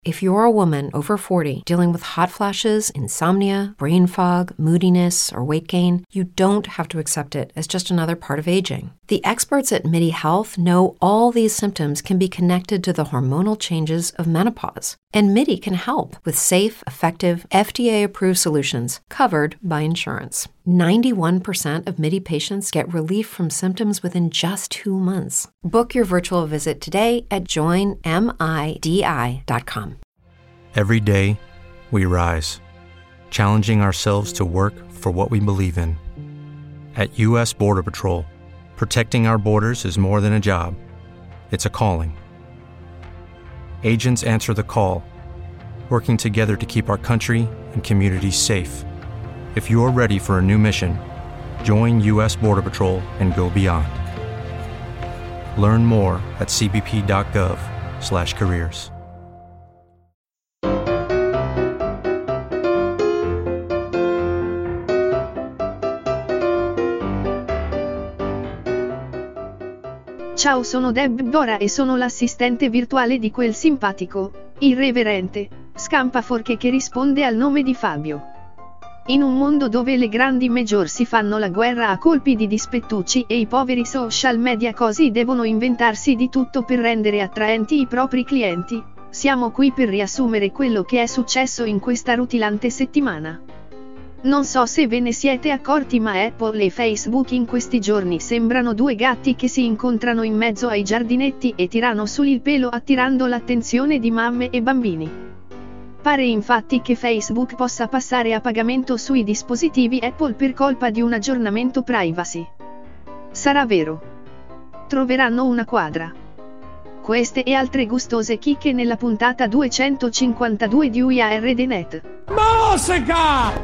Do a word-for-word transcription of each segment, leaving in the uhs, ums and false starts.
If you're a woman over forty dealing with hot flashes, insomnia, brain fog, moodiness, or weight gain, you don't have to accept it as just another part of aging. The experts at MIDI Health know all these symptoms can be connected to the hormonal changes of menopause. And MIDI can help with safe, effective, F D A-approved solutions covered by insurance. ninety-one percent of MIDI patients get relief from symptoms within just two months. Book your virtual visit today at join midi dot com. Every day, we rise, challenging ourselves to work for what we believe in. At U S Border Patrol, protecting our borders is more than a job. It's a calling. Agents answer the call, working together to keep our country and communities safe. If you're ready for a new mission, join U S Border Patrol and go beyond. Learn more at c b p dot gov slash careers. Ciao, sono Deborah e sono l'assistente virtuale di quel simpatico, irreverente, scampaforche che risponde al nome di Fabio. In un mondo dove le grandi major si fanno la guerra a colpi di dispettucci e i poveri social media così devono inventarsi di tutto per rendere attraenti i propri clienti, siamo qui per riassumere quello che è successo in questa rutilante settimana. Non so se ve ne siete accorti, ma Apple e Facebook in questi giorni sembrano due gatti che si incontrano in mezzo ai giardinetti e tirano su il pelo attirando l'attenzione di mamme e bambini. Pare infatti che Facebook possa passare a pagamento sui dispositivi Apple per colpa di un aggiornamento privacy. Sarà vero? Troveranno una quadra? Queste e altre gustose chicche nella puntata duecentocinquantadue di We Are The Net. Musica!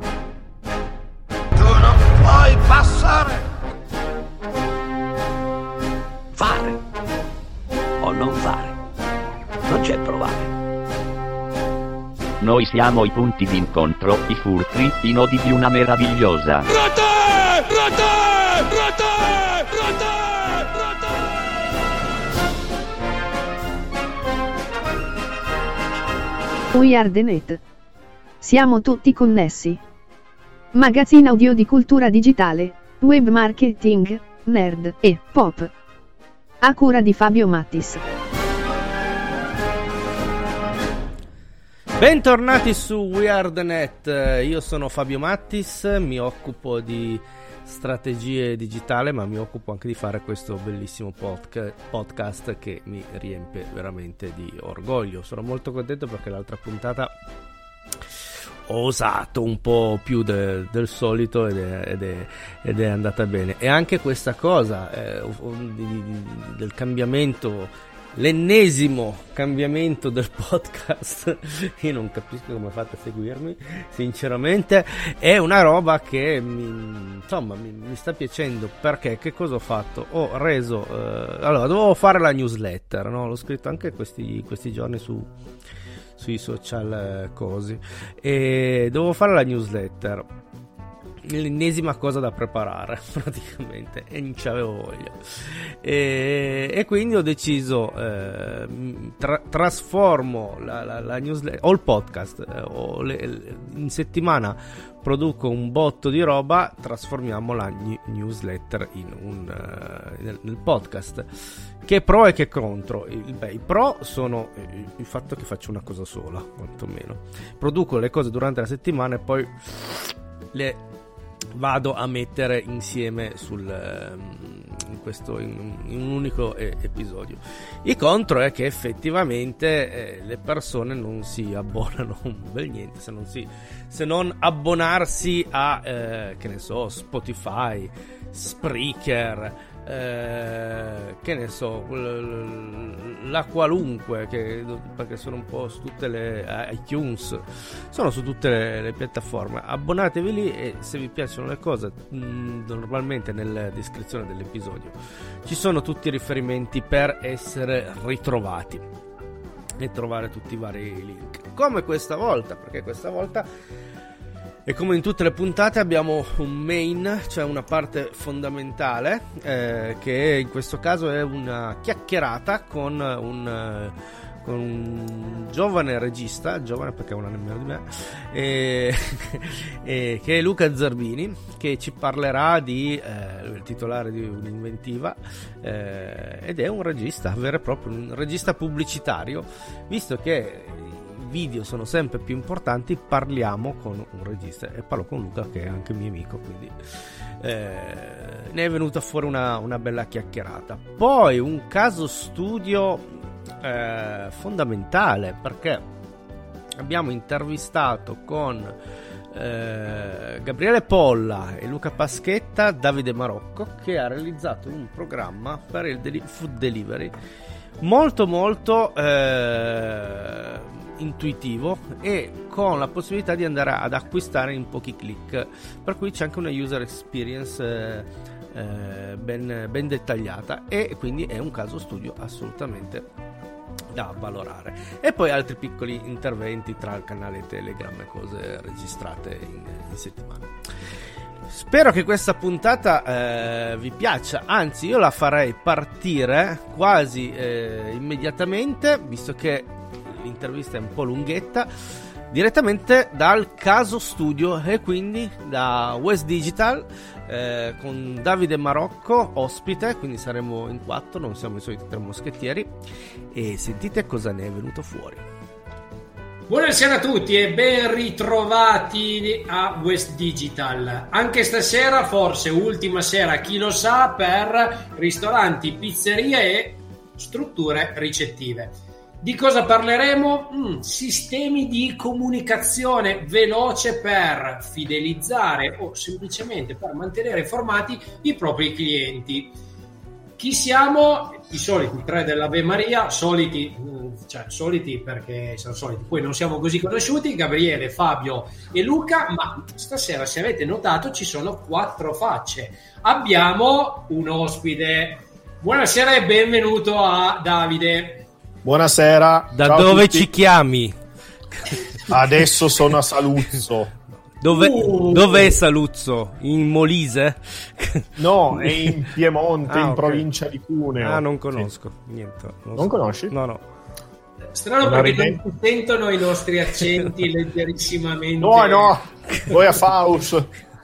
Tu non puoi passare! Fare o non fare, non c'è provare. Noi siamo i punti d'incontro, i fulcri, i nodi di una meravigliosa Rete! Rete! Rete! Rete! Rete! We Are The Net. Siamo tutti connessi. Magazzino audio di cultura digitale, web marketing, nerd e pop. A cura di Fabio Mattis. Bentornati su We Are The Net, io sono Fabio Mattis, mi occupo di strategie digitali, ma mi occupo anche di fare questo bellissimo podca- podcast che mi riempie veramente di orgoglio. Sono molto contento perché l'altra puntata ho osato un po' più de- del solito ed è, ed, è, ed è andata bene. E anche questa cosa eh, di, di, del cambiamento, l'ennesimo cambiamento del podcast, io non capisco come fate a seguirmi sinceramente, è una roba che mi, insomma mi, mi sta piacendo. Perché che cosa ho fatto? Ho reso eh, allora dovevo fare la newsletter, no? L'ho scritto anche questi, questi giorni su sui social cosi, e dovevo fare la newsletter, l'ennesima cosa da preparare praticamente, e non c'avevo voglia, e, e quindi ho deciso eh, tra, trasformo la, la, la newsletter o il podcast eh, o le, in settimana produco un botto di roba, trasformiamo la newsletter in un uh, nel, nel podcast. Che pro e che contro? Il, beh, i pro sono il fatto che faccio una cosa sola, quantomeno produco le cose durante la settimana e poi le vado a mettere insieme sul in questo in, in un unico eh, episodio. Il contro è che effettivamente eh, le persone non si abbonano un bel niente se non si se non abbonarsi a eh, che ne so, Spotify, Spreaker, eh, che ne so, la qualunque, che, perché sono un po' su tutte le iTunes, sono su tutte le, le piattaforme. Abbonatevi lì e se vi piacciono le cose, mh, normalmente nella descrizione dell'episodio ci sono tutti i riferimenti per essere ritrovati e trovare tutti i vari link, come questa volta, perché questa volta, e come in tutte le puntate, abbiamo un main, cioè una parte fondamentale, eh, che in questo caso è una chiacchierata con un, con un giovane regista, giovane perché è un anno meno di me, e, e, che è Luca Zerbini, che ci parlerà di eh, il titolare di un'inventiva, eh, ed è un regista vero e proprio, un regista pubblicitario. Visto che i video sono sempre più importanti, parliamo con un regista, e parlo con Luca che è anche mio amico, quindi eh, ne è venuta fuori una, una bella chiacchierata. Poi un caso studio eh, fondamentale, perché abbiamo intervistato con eh, Gabriele Polla e Luca Paschetta Davide Marocco, che ha realizzato un programma per il deli- food delivery molto molto eh, intuitivo, e con la possibilità di andare ad acquistare in pochi click, per cui c'è anche una user experience eh, eh, ben, ben dettagliata, e quindi è un caso studio assolutamente da valorare. E poi altri piccoli interventi tra il canale Telegram e cose registrate in, in settimana. Spero che questa puntata eh, vi piaccia, anzi io la farei partire quasi eh, immediatamente, visto che l'intervista è un po' lunghetta, direttamente dal caso studio, e quindi da West Digital, eh, con Davide Marocco ospite, quindi saremo in quattro, non siamo i soliti tre moschettieri, e sentite cosa ne è venuto fuori. Buonasera a tutti e ben ritrovati a West Digital. Anche stasera, forse ultima sera, chi lo sa, per ristoranti, pizzerie e strutture ricettive. Di cosa parleremo? Mm, sistemi di comunicazione veloce per fidelizzare o semplicemente per mantenere informati i propri clienti. Chi siamo? I soliti tre dell'Ave Maria, soliti, cioè soliti perché sono soliti, poi non siamo così conosciuti, Gabriele, Fabio e Luca, ma stasera, se avete notato, ci sono quattro facce. Abbiamo un ospite. Buonasera e benvenuto a Davide. Buonasera. Da dove ci chiami? Adesso sono a Saluzzo. Dove, uh. Dov'è Saluzzo? In Molise? No, è in Piemonte, ah, in okay. provincia di Cuneo. Ah, non conosco. Sì. Niente. Non, non so. conosci? No, no. Strano Una perché ride... non si sentono i nostri accenti leggerissimamente. No, no, voi a Faust.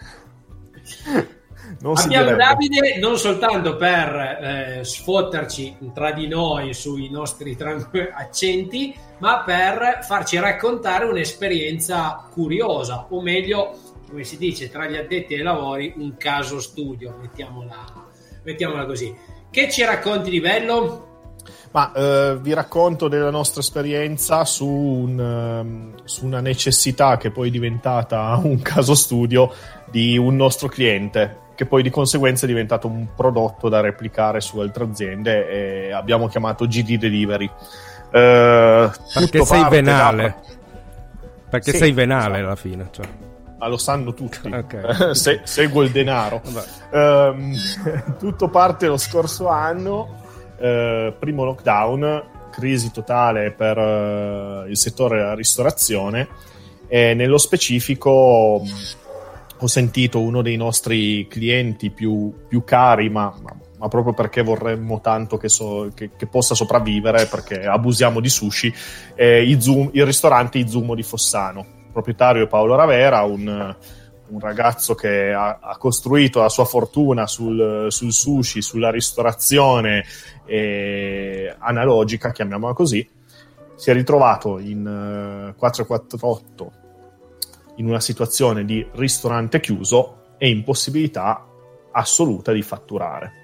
Non abbiamo Davide non soltanto per eh, sfotterci tra di noi sui nostri accenti, ma per farci raccontare un'esperienza curiosa, o meglio, come si dice tra gli addetti ai lavori, un caso studio, mettiamola, mettiamola così. Che ci racconti di bello? Ma eh, vi racconto della nostra esperienza su, un, um, su una necessità che poi è diventata un caso studio di un nostro cliente, che poi di conseguenza è diventato un prodotto da replicare su altre aziende, e abbiamo chiamato G D Delivery. Eh, perché sei venale da... perché sì, sei venale esatto. Alla fine, cioè. Ma lo sanno tutti. Okay. Se, seguo il denaro. um, tutto parte lo scorso anno, uh, primo lockdown, crisi totale per uh, il settore della ristorazione, e nello specifico um, ho sentito uno dei nostri clienti più, più cari, ma, ma, ma proprio perché vorremmo tanto che, so, che, che possa sopravvivere, perché abusiamo di sushi, eh, Izum, il ristorante Izumo di Fossano. Il proprietario è Paolo Ravera, un, un ragazzo che ha, ha costruito la sua fortuna sul, sul sushi, sulla ristorazione eh, analogica, chiamiamola così. Si è ritrovato in uh, quattrocentoquarantotto in una situazione di ristorante chiuso e impossibilità assoluta di fatturare.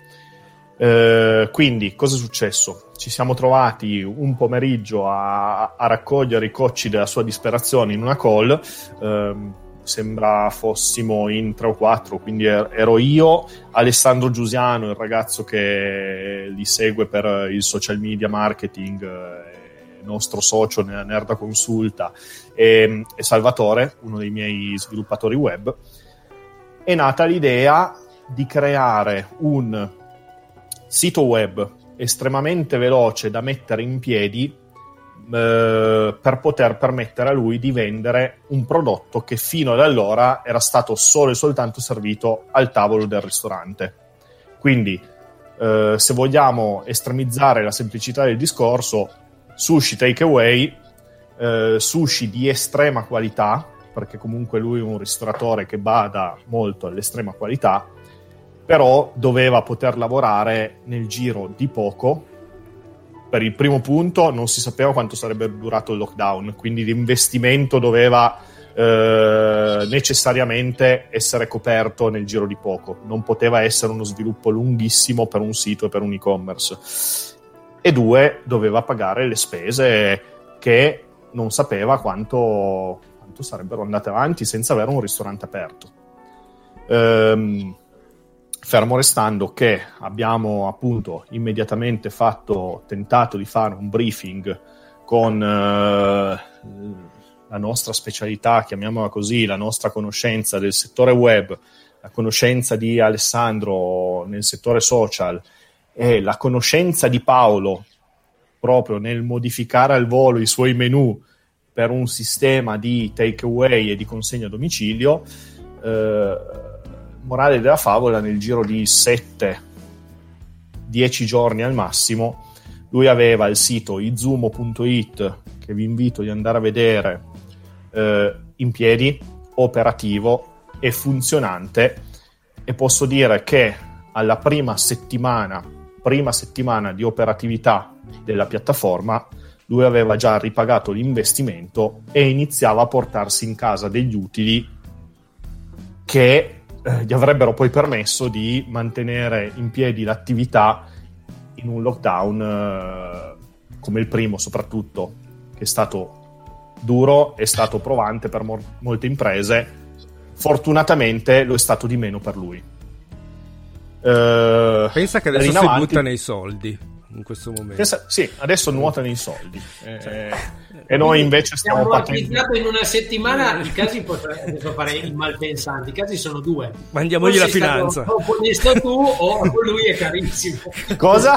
Eh, quindi cosa è successo? Ci siamo trovati un pomeriggio a, a raccogliere i cocci della sua disperazione in una call. Eh, sembra fossimo in tre o quattro, quindi ero io, Alessandro Giusiano, il ragazzo che li segue per il social media marketing, eh, nostro socio nella Nerda Consulta, e, e Salvatore, uno dei miei sviluppatori web. È nata l'idea di creare un sito web estremamente veloce da mettere in piedi eh, per poter permettere a lui di vendere un prodotto che fino ad allora era stato solo e soltanto servito al tavolo del ristorante. Quindi eh, se vogliamo estremizzare la semplicità del discorso, sushi takeaway, eh, sushi di estrema qualità, perché comunque lui è un ristoratore che bada molto all'estrema qualità, però doveva poter lavorare nel giro di poco. Per il primo punto non si sapeva quanto sarebbe durato il lockdown, quindi l'investimento doveva eh, necessariamente essere coperto nel giro di poco, non poteva essere uno sviluppo lunghissimo per un sito e per un e-commerce. E due, doveva pagare le spese che non sapeva quanto, quanto sarebbero andate avanti senza avere un ristorante aperto. Ehm, fermo restando che abbiamo appunto immediatamente fatto, tentato di fare un briefing con eh, la nostra specialità, chiamiamola così, la nostra conoscenza del settore web, la conoscenza di Alessandro nel settore social e la conoscenza di Paolo proprio nel modificare al volo i suoi menu per un sistema di takeaway e di consegna a domicilio. eh, morale della favola, nel giro di sette dieci giorni al massimo lui aveva il sito izumo punto it, che vi invito di andare a vedere, eh, in piedi, operativo e funzionante, e posso dire che alla prima settimana prima settimana di operatività della piattaforma lui aveva già ripagato l'investimento e iniziava a portarsi in casa degli utili che eh, gli avrebbero poi permesso di mantenere in piedi l'attività in un lockdown eh, come il primo, soprattutto, che è stato duro, è stato provante per mo- molte imprese. Fortunatamente lo è stato di meno per lui. Uh, pensa che adesso si avanti, butta nei soldi in questo momento. Pensa, sì, adesso nuota nei soldi, eh, cioè, e noi invece stiamo partendo in una settimana. I casi possono adesso fare i malpensanti, i casi sono due: mandiamogli la finanza, o onesto tu o lui è carissimo. Cosa?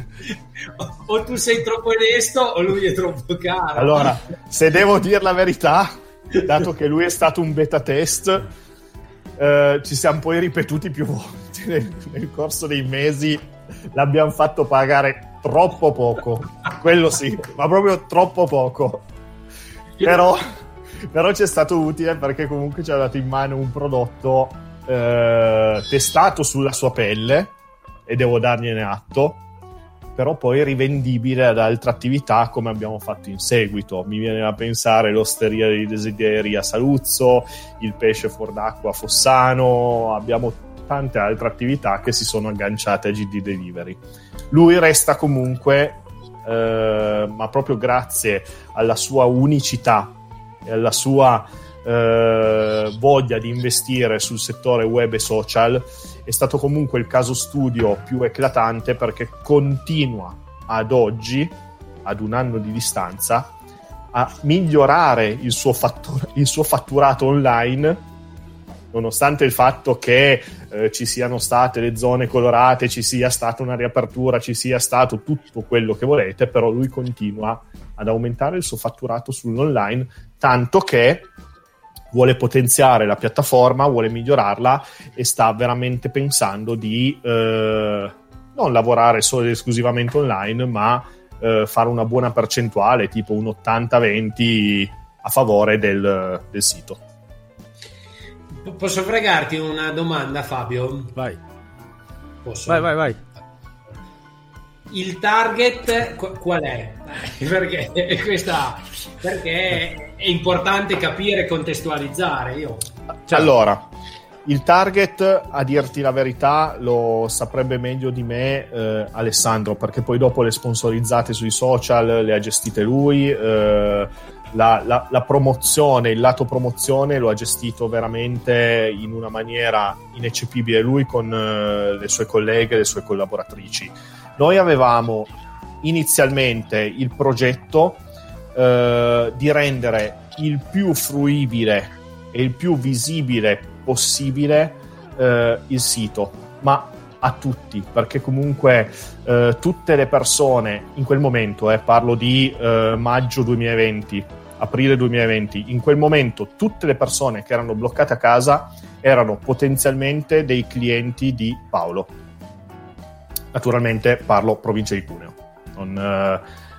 O tu sei troppo onesto o lui è troppo caro. Allora, se devo dire la verità, dato che lui è stato un beta test, eh, ci siamo poi ripetuti più volte nel, nel corso dei mesi, l'abbiamo fatto pagare troppo poco, quello sì, ma proprio troppo poco. Però, però ci è stato utile, perché comunque ci ha dato in mano un prodotto eh, testato sulla sua pelle, e devo dargliene atto, però poi rivendibile ad altre attività come abbiamo fatto in seguito. Mi viene da pensare l'osteria dei desideri a Saluzzo, il pesce fuor d'acqua a Fossano, abbiamo tante altre attività che si sono agganciate a G D Delivery. Lui resta comunque, eh, ma proprio grazie alla sua unicità e alla sua eh, voglia di investire sul settore web e social, è stato comunque il caso studio più eclatante, perché continua ad oggi, ad un anno di distanza, a migliorare il suo, fattur- il suo fatturato online, nonostante il fatto che eh, ci siano state le zone colorate, ci sia stata una riapertura, ci sia stato tutto quello che volete, però lui continua ad aumentare il suo fatturato sull'online, tanto che vuole potenziare la piattaforma, vuole migliorarla e sta veramente pensando di eh, non lavorare solo ed esclusivamente online, ma eh, fare una buona percentuale, tipo un ottanta venti a favore del, del sito. Posso fregarti una domanda, Fabio? Vai. Posso? Vai, vai, vai. Il target qual è? Perché questa perché è importante capire e contestualizzare. Io. Cioè, allora, il target, a dirti la verità, lo saprebbe meglio di me eh, Alessandro, perché poi dopo le sponsorizzate sui social le ha gestite lui. Eh, La, la, la promozione, il lato promozione lo ha gestito veramente in una maniera ineccepibile lui con uh, le sue colleghe, le sue collaboratrici. Noi avevamo inizialmente il progetto uh, di rendere il più fruibile e il più visibile possibile uh, il sito, ma a tutti, perché comunque uh, tutte le persone in quel momento, eh, parlo di uh, maggio duemilaventi, aprile duemilaventi, in quel momento tutte le persone che erano bloccate a casa erano potenzialmente dei clienti di Paolo. Naturalmente parlo provincia di Cuneo, non, eh,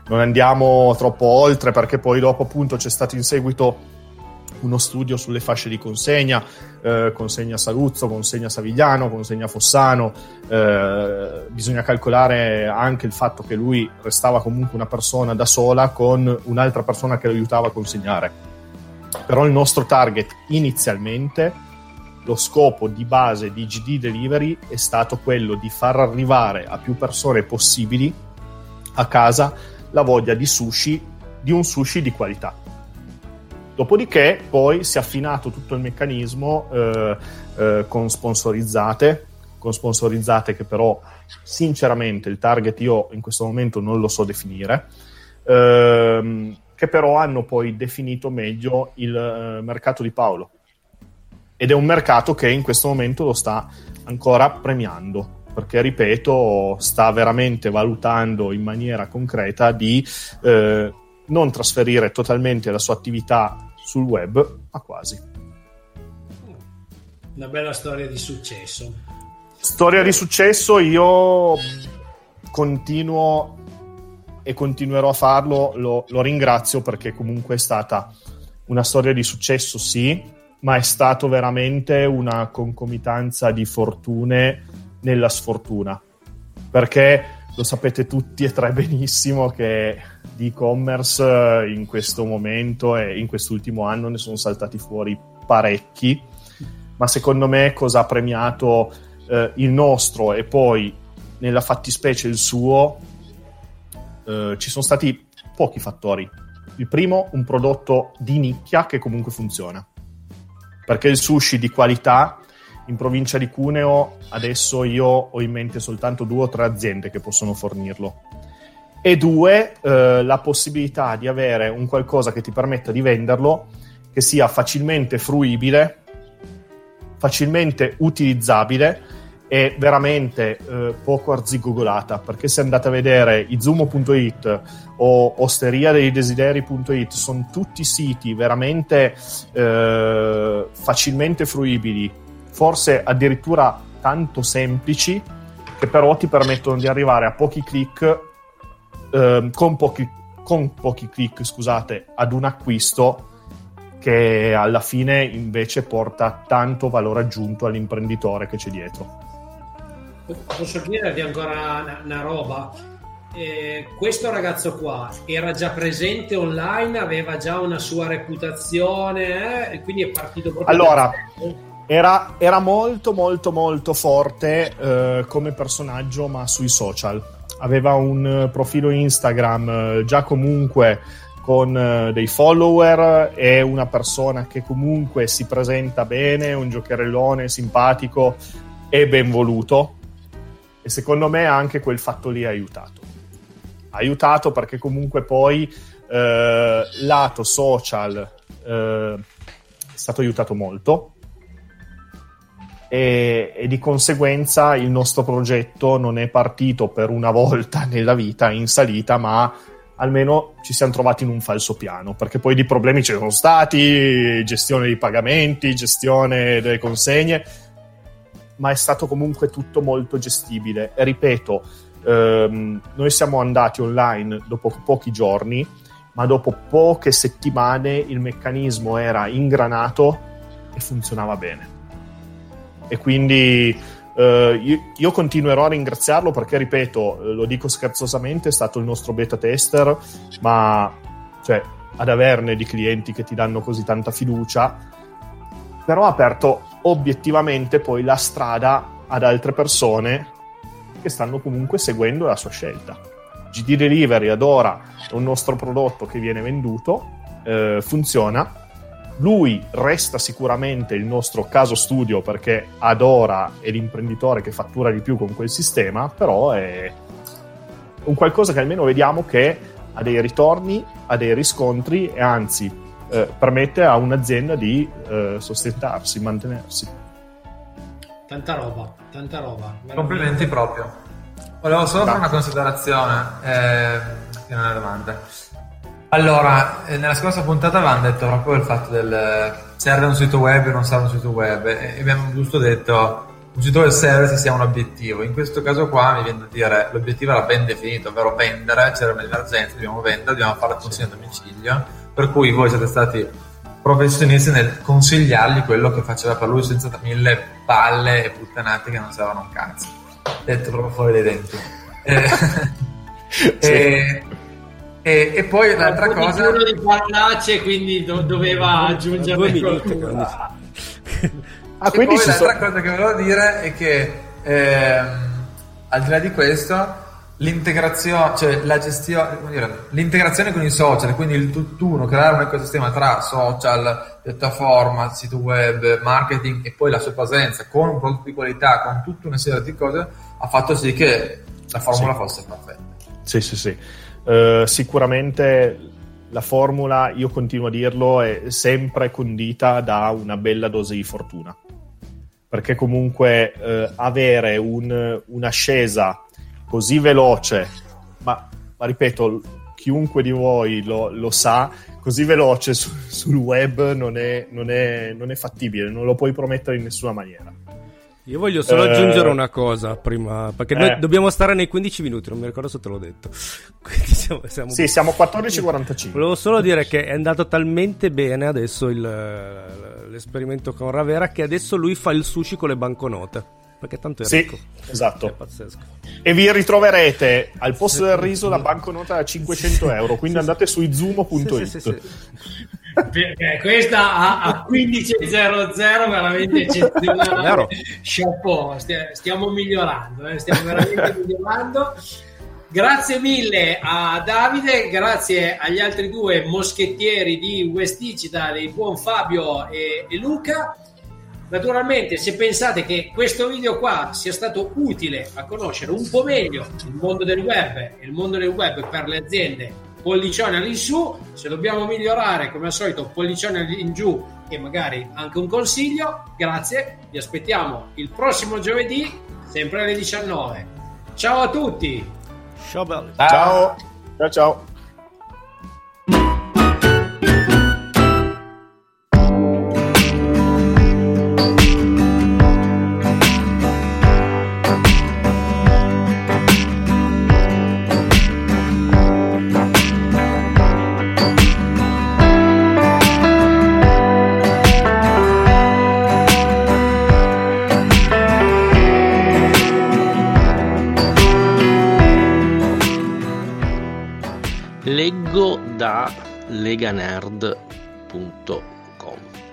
non andiamo troppo oltre, perché poi dopo appunto c'è stato in seguito uno studio sulle fasce di consegna, eh, consegna Saluzzo, consegna Savigliano, consegna Fossano, eh, bisogna calcolare anche il fatto che lui restava comunque una persona da sola con un'altra persona che lo aiutava a consegnare. Però il nostro target inizialmente, lo scopo di base di G D Delivery è stato quello di far arrivare a più persone possibili a casa la voglia di sushi, di un sushi di qualità. Dopodiché poi si è affinato tutto il meccanismo eh, eh, con sponsorizzate, con sponsorizzate che però sinceramente il target io in questo momento non lo so definire, ehm, che però hanno poi definito meglio il eh, mercato di Paolo. Ed è un mercato che in questo momento lo sta ancora premiando, perché ripeto, sta veramente valutando in maniera concreta di eh, non trasferire totalmente la sua attività sul web, ma quasi. Una bella storia di successo. Storia di successo, io continuo e continuerò a farlo, lo, lo ringrazio perché comunque è stata una storia di successo, sì, ma è stato veramente una concomitanza di fortune nella sfortuna, perché lo sapete tutti e tre benissimo che di e-commerce in questo momento e in quest'ultimo anno ne sono saltati fuori parecchi, ma secondo me cosa ha premiato eh, il nostro e poi nella fattispecie il suo, eh, ci sono stati pochi fattori. Il primo, un prodotto di nicchia che comunque funziona, perché il sushi di qualità in provincia di Cuneo adesso io ho in mente soltanto due o tre aziende che possono fornirlo. E due, eh, la possibilità di avere un qualcosa che ti permetta di venderlo, che sia facilmente fruibile, facilmente utilizzabile e veramente eh, poco arzigogolata, perché se andate a vedere izumo punto it o osteria dei desideri punto it sono tutti siti veramente eh, facilmente fruibili, forse addirittura tanto semplici, che però ti permettono di arrivare a pochi click eh, con pochi con pochi click, scusate, ad un acquisto che alla fine invece porta tanto valore aggiunto all'imprenditore che c'è dietro. Posso chiederti ancora una, una roba? Eh, questo ragazzo qua era già presente online, aveva già una sua reputazione, eh? E quindi è partito proprio allora da... era, era molto molto molto forte eh, come personaggio, ma sui social aveva un profilo Instagram eh, già comunque con eh, dei follower, è una persona che comunque si presenta bene, un giocherellone simpatico e ben voluto, e secondo me anche quel fatto lì ha aiutato ha aiutato perché comunque poi eh, lato social eh, è stato aiutato molto e, e di conseguenza il nostro progetto non è partito per una volta nella vita in salita, ma almeno ci siamo trovati in un falso piano, perché poi di problemi ci sono stati, gestione dei pagamenti, gestione delle consegne, ma è stato comunque tutto molto gestibile. E ripeto, ehm, noi siamo andati online dopo pochi giorni, ma dopo poche settimane il meccanismo era ingranato e funzionava bene. E quindi eh, io, io continuerò a ringraziarlo perché, ripeto, lo dico scherzosamente, è stato il nostro beta tester, ma cioè, ad averne di clienti che ti danno così tanta fiducia, però ha aperto obiettivamente poi la strada ad altre persone che stanno comunque seguendo la sua scelta. G D Delivery ad ora è un nostro prodotto che viene venduto, eh, funziona. Lui resta sicuramente il nostro caso studio perché ad ora è l'imprenditore che fattura di più con quel sistema, però è un qualcosa che almeno vediamo che ha dei ritorni, ha dei riscontri e anzi eh, permette a un'azienda di eh, sostentarsi, mantenersi. Tanta roba, tanta roba. Complimenti proprio. Volevo solo fare una considerazione, eh, che non è una domanda. Allora, eh, nella scorsa puntata avevamo detto proprio il fatto del serve un sito web o non serve un sito web, e abbiamo giusto detto funzionatore del service sia un obiettivo. In questo caso qua mi viene da dire l'obiettivo era ben definito, ovvero vendere, c'era un'emergenza, dobbiamo vendere, dobbiamo fare il consegno a domicilio, per cui voi siete stati professionisti nel consigliargli quello che faceva per lui senza mille palle e puttanate che non servono un cazzo, detto proprio fuori dai denti. e, sì. e, e, e poi l'altra un po' cosa di di parolacce, quindi do- doveva aggiungere qualcosa. Ah, e quindi poi ci l'altra so- cosa che volevo dire è che ehm, al di là di questo l'integrazione, cioè la gestione, come dire, l'integrazione con i social, quindi il tutt'uno, creare un ecosistema tra social, piattaforma, sito web, marketing e poi la sua presenza con un prodotto di qualità, con tutta una serie di cose, ha fatto sì che la formula sì. fosse perfetta. Sì, sì, sì. Uh, sicuramente la formula, io continuo a dirlo, è sempre condita da una bella dose di fortuna, perché comunque uh, avere un, un'ascesa così veloce, ma, ma ripeto, chiunque di voi lo, lo sa, così veloce su, sul web non è, non, è, non è fattibile, non lo puoi promettere in nessuna maniera. Io voglio solo eh, aggiungere una cosa prima, perché noi eh. dobbiamo stare nei quindici minuti, non mi ricordo se te l'ho detto. Quindi siamo, siamo... Sì, siamo quattordici e quarantacinque. Volevo solo dire che è andato talmente bene adesso il, l'esperimento con Ravera che adesso lui fa il sushi con le banconote, perché tanto è ricco. Sì, esatto. È pazzesco. E vi ritroverete al posto del riso la banconota da cinquecento euro, quindi andate su izumo punto it. Sì, sì, sì, sì. Perché questa a, a quindici zero zero veramente eccezionale. Chapeau, stiamo migliorando, eh? stiamo veramente migliorando. Grazie mille a Davide, grazie agli altri due moschettieri di West Digital, il buon Fabio e, e Luca. Naturalmente, se pensate che questo video qua sia stato utile a conoscere un po' meglio il mondo del web e il mondo del web per le aziende, pollicione all'insù. Se dobbiamo migliorare, come al solito, pollicione in giù e magari anche un consiglio. Grazie, vi aspettiamo il prossimo giovedì, sempre alle diciannove. Ciao a tutti. Ciao belli. Ciao. Ciao ciao. Leggo da leganerd punto com.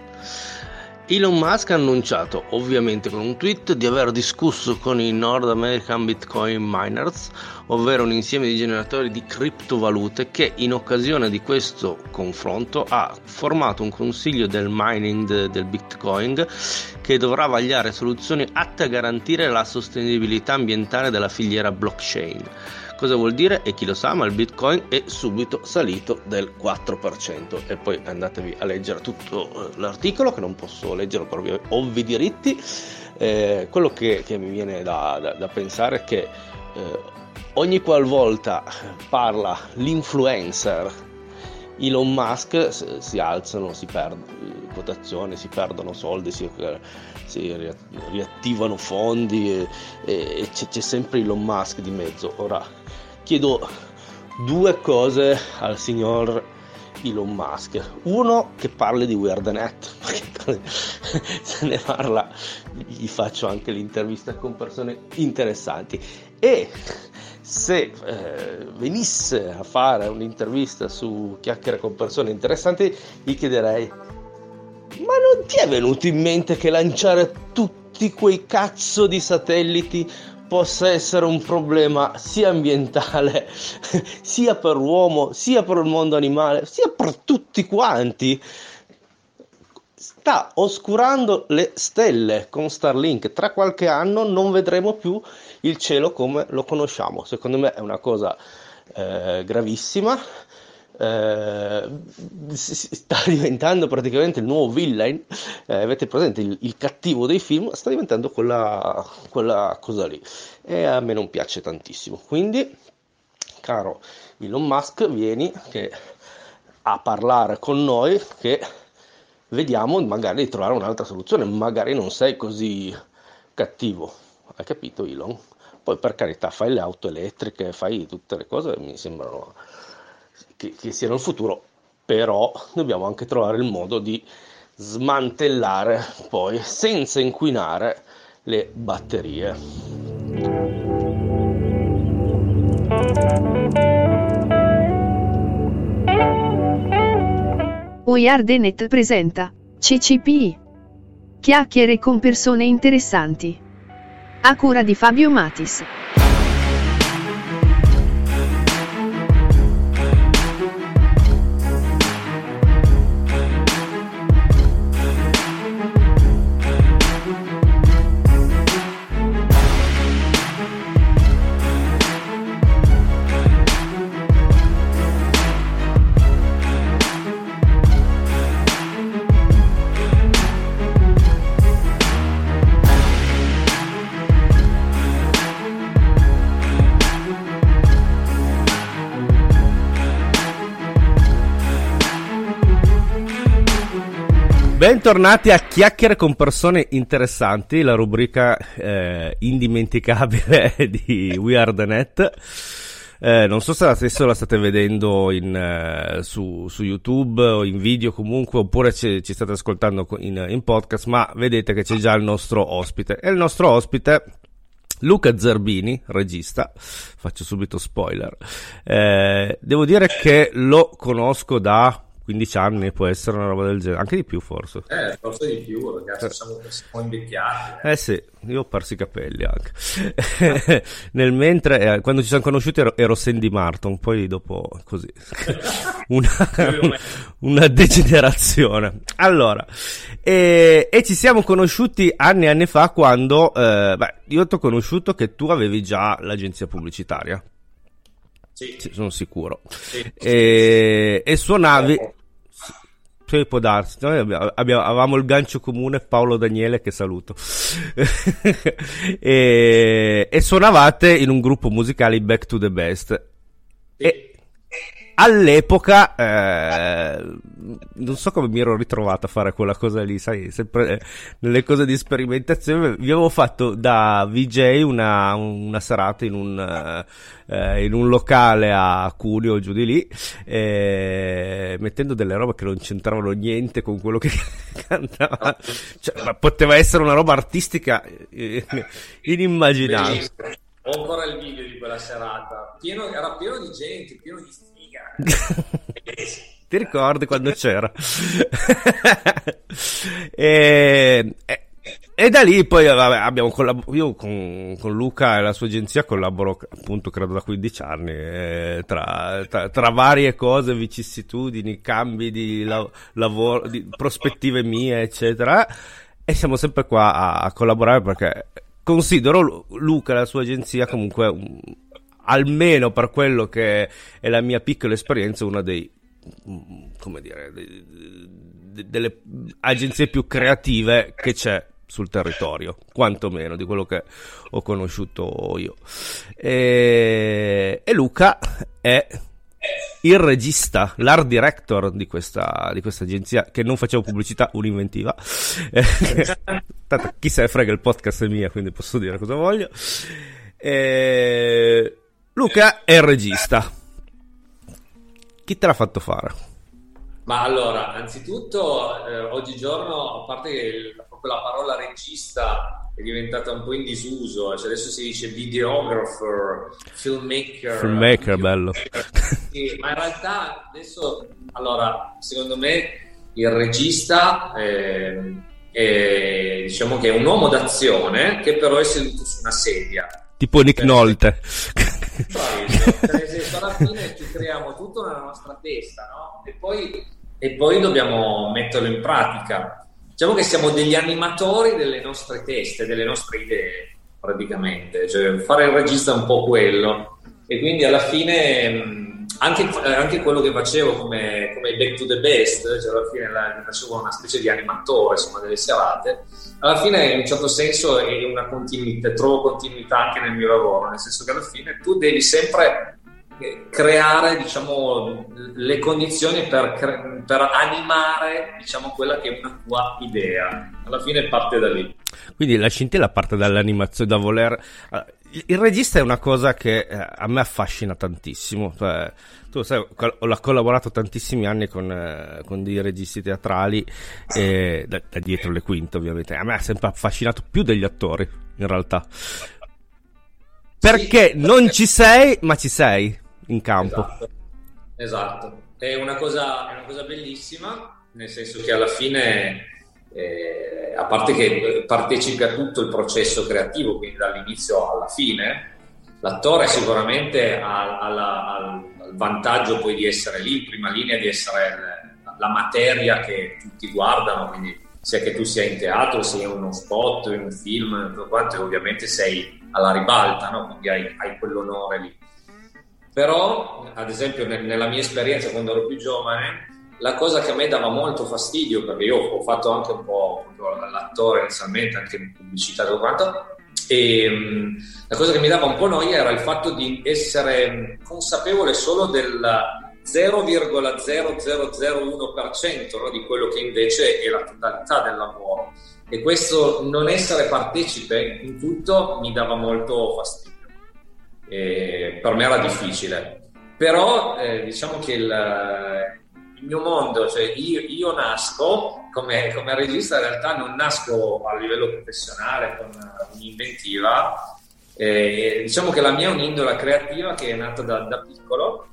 Elon Musk ha annunciato, ovviamente con un tweet, di aver discusso con i North American Bitcoin Miners, ovvero un insieme di generatori di criptovalute, che in occasione di questo confronto ha formato un consiglio del mining del Bitcoin che dovrà vagliare soluzioni atte a garantire la sostenibilità ambientale della filiera blockchain. Cosa vuol dire? E chi lo sa, ma il Bitcoin è subito salito del quattro per cento. E poi andatevi a leggere tutto l'articolo, che non posso leggerlo per ovvi diritti. Eh, quello che, che mi viene da, da, da pensare è che eh, ogni qualvolta parla l'influencer Elon Musk, si alzano, si perdono quotazioni, si perdono soldi, si, si riattivano fondi e, e c'è, c'è sempre Elon Musk di mezzo. Ora chiedo due cose al signor Elon Musk. Uno, che parli di WeirdNet, perché se ne parla gli faccio anche l'intervista con persone interessanti. E se eh, venisse a fare un'intervista su Chiacchiere con persone interessanti, gli chiederei: ma non ti è venuto in mente che lanciare tutti quei cazzo di satelliti possa essere un problema sia ambientale, sia per l'uomo, sia per il mondo animale, sia per tutti quanti? Sta oscurando le stelle con Starlink. Tra qualche anno non vedremo più il cielo come lo conosciamo. Secondo me è una cosa eh, gravissima. Eh, sta diventando praticamente il nuovo villain. Eh, avete presente il, il cattivo dei film? Sta diventando quella, quella cosa lì, e a me non piace tantissimo. Quindi, caro Elon Musk, vieni che a parlare con noi, che vediamo magari di trovare un'altra soluzione. Magari non sei così cattivo, hai capito Elon? Poi per carità fai le auto elettriche, fai tutte le cose, mi sembrano che, che siano il futuro, però dobbiamo anche trovare il modo di smantellare poi senza inquinare le batterie. WeAreDeNet presenta C C P I. Chiacchiere con persone interessanti. A cura di Fabio Matis. Bentornati a Chiacchiere con persone interessanti, la rubrica eh, indimenticabile di WeAreDeNet. Eh, non so se adesso la state vedendo in, eh, su, su YouTube o in video comunque, oppure ci, ci state ascoltando in, in podcast, ma vedete che c'è già il nostro ospite. E il nostro ospite, Luca Zerbini, regista, faccio subito spoiler. Eh, devo dire che lo conosco da quindici anni, può essere una roba del genere, anche di più forse. Eh, forse di più, ragazzi, siamo, siamo invecchiati. Eh. eh sì, io ho perso i capelli anche. Nel mentre, eh, quando ci siamo conosciuti ero, ero Sandy Martin, poi dopo così, una, una degenerazione. Allora, e, e ci siamo conosciuti anni e anni fa quando, eh, beh, io ti ho conosciuto che tu avevi già l'agenzia pubblicitaria. Sì. Sì, sono sicuro. Sì. E, e suonavi... Sì, può darsi. Noi abbiamo, abbiamo, avevamo il gancio comune, Paolo Daniele, che saluto. e, e suonavate in un gruppo musicale, Back to the Best. Sì. E all'epoca eh, non so come mi ero ritrovato a fare quella cosa lì, sai, sempre eh, nelle cose di sperimentazione. Vi avevo fatto da V J una, una serata in un eh, in un locale a Cuneo, giù di lì, eh, mettendo delle robe che non c'entravano niente con quello che cantava, cioè, ma poteva essere una roba artistica eh, inimmaginabile. Bellissimo. Ho ancora il video di quella serata, pieno, era pieno di gente, pieno di sfiga. Ti ricordi quando c'era? e, e, e da lì poi vabbè, abbiamo collab- io con, con Luca e la sua agenzia collaboro appunto credo da quindici anni, eh, tra, tra, tra varie cose, vicissitudini, cambi di la- lavoro, di prospettive mie eccetera, e siamo sempre qua a, a collaborare perché considero Luca e la sua agenzia comunque un, almeno per quello che è la mia piccola esperienza, una dei, come dire, dei, de, delle agenzie più creative che c'è sul territorio, quantomeno di quello che ho conosciuto io. E, e Luca è il regista, l'art director di questa, di questa agenzia, che non facevo pubblicità, un'inventiva. Tanto chi se ne frega, il podcast è mia, quindi posso dire cosa voglio. E Luca è il regista. Chi te l'ha fatto fare? Ma allora, anzitutto, eh, oggigiorno, a parte che il, proprio la parola regista è diventata un po' in disuso, cioè adesso si dice videographer, filmmaker. Filmmaker, bello. Sì, ma in realtà adesso, allora, secondo me il regista è, è, diciamo che è un uomo d'azione che però è seduto su una sedia. Tipo Nick Nolte. Bravissimo, nel senso, alla fine ci creiamo tutto nella nostra testa, no? E poi, e poi dobbiamo metterlo in pratica. Diciamo che siamo degli animatori delle nostre teste, delle nostre idee, praticamente. Cioè, fare il regista è un po' quello. E quindi alla fine anche, anche quello che facevo come, come Back to the Best, cioè alla fine la, facevo una specie di animatore, insomma, delle serate. Alla fine in un certo senso è una continuità, trovo continuità anche nel mio lavoro, nel senso che alla fine tu devi sempre creare, diciamo, le condizioni per, cre- per animare, diciamo, quella che è una tua idea. Alla fine parte da lì. Quindi la scintilla parte dall'animazione, da voler... Il regista è una cosa che a me affascina tantissimo. Cioè, tu sai, ho collaborato tantissimi anni con, eh, con dei registi teatrali, eh, da, da dietro le quinte ovviamente. A me ha sempre affascinato più degli attori, in realtà. Perché sì, non ci sei, ma ci sei in campo. Esatto, esatto. È una cosa, è una cosa bellissima, nel senso che alla fine... Eh, a parte che partecipi a tutto il processo creativo, quindi dall'inizio alla fine, l'attore sicuramente ha, ha, la, ha il vantaggio poi di essere lì in prima linea, di essere la materia che tutti guardano, quindi sia che tu sia in teatro, sia in uno spot, in un film, tutto quanto, ovviamente sei alla ribalta, no? Quindi hai, hai quell'onore lì. Però, ad esempio, nel, nella mia esperienza quando ero più giovane, la cosa che a me dava molto fastidio, perché io ho fatto anche un po' l'attore inizialmente, anche in pubblicità e tutto quanto, e um, la cosa che mi dava un po' noia era il fatto di essere consapevole solo del zero virgola zero zero zero uno per cento, no, di quello che invece è la totalità del lavoro, e questo non essere partecipe in tutto mi dava molto fastidio, e per me era difficile. Però eh, diciamo che il il mio mondo, cioè io, io nasco come, come regista, in realtà non nasco a livello professionale con un'inventiva, eh, diciamo che la mia è un'indola creativa che è nata da, da piccolo,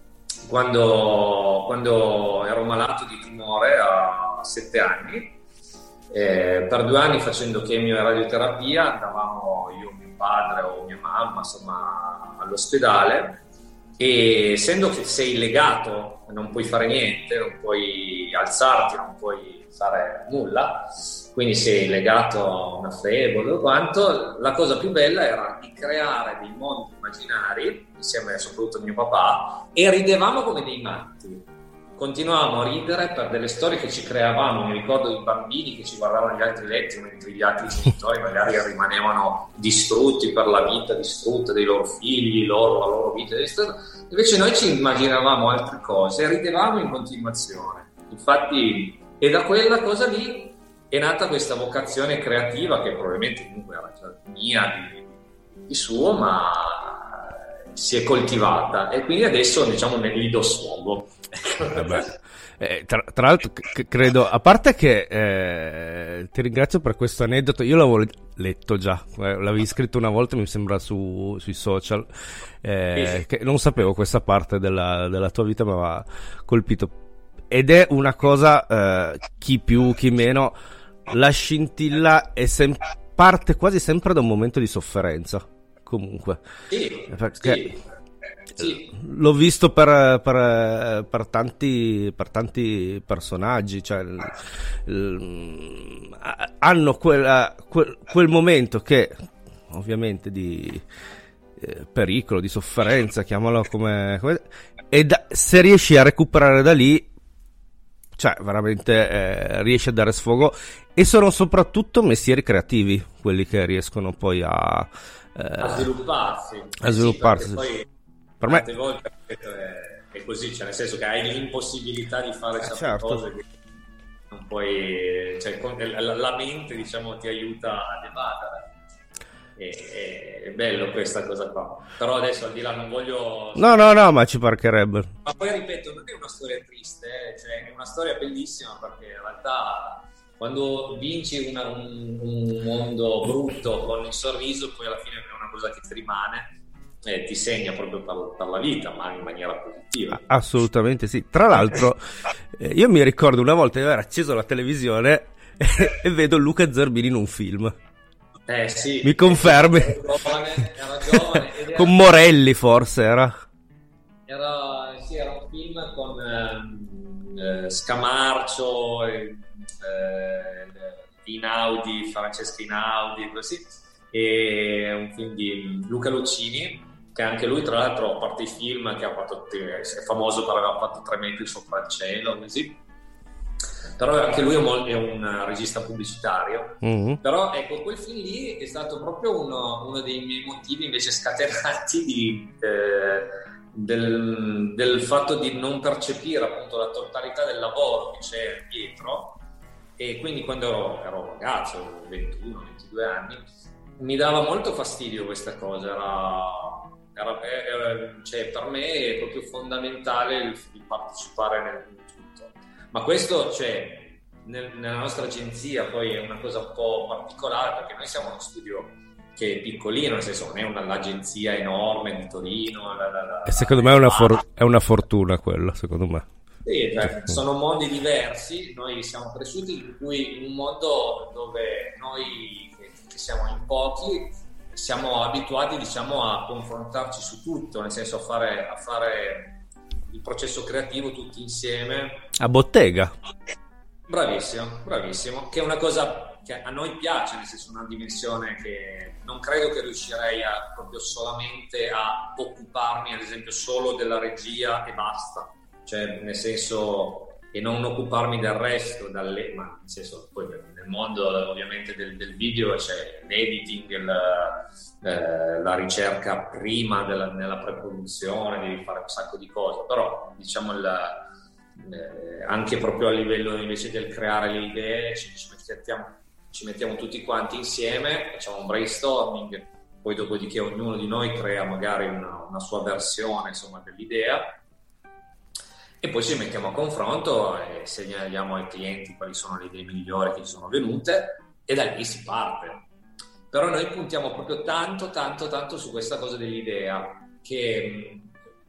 quando, quando ero malato di tumore a sette anni, eh, per due anni facendo chemio e radioterapia andavamo io, mio padre o mia mamma, insomma, all'ospedale. E essendo che sei legato, non puoi fare niente, non puoi alzarti, non puoi fare nulla, quindi sei legato a una febbre o quanto, la cosa più bella era di creare dei mondi immaginari, insieme soprattutto a mio papà, e ridevamo come dei matti. Continuavamo a ridere per delle storie che ci creavamo. Mi ricordo i bambini che ci guardavano gli altri letti, mentre gli altri genitori magari rimanevano distrutti per la vita distrutta dei loro figli, loro, la loro vita distrutta. Invece noi ci immaginavamo altre cose e ridevamo in continuazione. Infatti, e da quella cosa lì è nata questa vocazione creativa, che probabilmente comunque era già mia di, di suo, ma si è coltivata, e quindi adesso, diciamo, ne gli do sfogo. eh, tra, tra l'altro c- credo, a parte che eh, ti ringrazio per questo aneddoto, io l'avevo letto già, eh, l'avevi scritto una volta mi sembra su, sui social, eh, che non sapevo questa parte della, della tua vita, mi aveva colpito, ed è una cosa, eh, chi più chi meno, la scintilla è sem- parte quasi sempre da un momento di sofferenza, comunque, sì, perché sì. Sì. L'ho visto per, per, per, tanti, per tanti personaggi, cioè, il, il, hanno quella, quel, quel momento che ovviamente di eh, pericolo, di sofferenza, chiamalo come, come e da, se riesci a recuperare da lì, cioè veramente eh, riesci a dare sfogo, e sono soprattutto mestieri creativi quelli che riescono poi a, eh, a svilupparsi, a svilupparsi. Sì, poi per me tante volte è, è così, cioè nel senso che hai l'impossibilità di fare certe certo. cose che non puoi, cioè la, la mente, diciamo, ti aiuta a debattere. È, è bello questa cosa qua, però adesso al di là non voglio no no no ma ci parcherebbe, ma poi ripeto, non è una storia triste, eh? Cioè è una storia bellissima, perché in realtà quando vinci una, un, un mondo brutto con il sorriso, poi alla fine è una cosa che ti rimane e ti segna proprio per, per la vita, ma in maniera positiva. Assolutamente sì. Tra l'altro eh, io mi ricordo una volta di aver acceso la televisione e, e vedo Luca Zerbini in un film. Eh sì. Mi confermi? Era giovane, era giovane ed era, con Morelli forse era? Era, sì, era un film con eh, eh, Scamarcio, eh, Inaudi, Francesca Inaudi, così. E un film di Luca Lucchini, che anche lui tra l'altro, a parte i film che ha fatto, è famoso per aver fatto Tre metri sopra il cielo, così, però anche lui è un, è un regista pubblicitario. Mm-hmm. Però ecco, quel film lì è stato proprio uno, uno dei miei motivi invece scatenati di, eh, del, del fatto di non percepire appunto la totalità del lavoro che c'è dietro. E quindi quando ero, ero ragazzo, ventuno ventidue anni, mi dava molto fastidio questa cosa. Era, era, era, cioè, per me è proprio fondamentale il, il partecipare nel tutto. Ma questo, cioè, nel, nella nostra agenzia poi è una cosa un po' particolare, perché noi siamo uno studio che è piccolino, nel senso non è una, l'agenzia enorme di Torino. La, la, la, e secondo me è una, for- è una fortuna quella, secondo me. Sì, cioè, sono mondi diversi. Noi siamo cresciuti in cui in un mondo dove noi che, che siamo in pochi siamo abituati, diciamo, a confrontarci su tutto, nel senso a fare, a fare il processo creativo tutti insieme a bottega. Bravissimo, bravissimo, che è una cosa che a noi piace, nel senso una dimensione che non credo che riuscirei a proprio solamente a occuparmi, ad esempio, solo della regia e basta. Cioè, nel senso, e non occuparmi del resto, dalle, ma nel senso, poi nel mondo ovviamente del, del video c'è l'editing, il, eh, la ricerca prima della, nella pre-produzione, devi fare un sacco di cose, però diciamo il, eh, anche proprio a livello invece del creare le idee ci, ci, mettiamo, ci mettiamo tutti quanti insieme, facciamo un brainstorming, poi dopodiché ognuno di noi crea magari una, una sua versione, insomma, dell'idea. E poi ci mettiamo a confronto e segnaliamo ai clienti quali sono le idee migliori che ci sono venute e da lì si parte. Però noi puntiamo proprio tanto, tanto, tanto su questa cosa dell'idea, che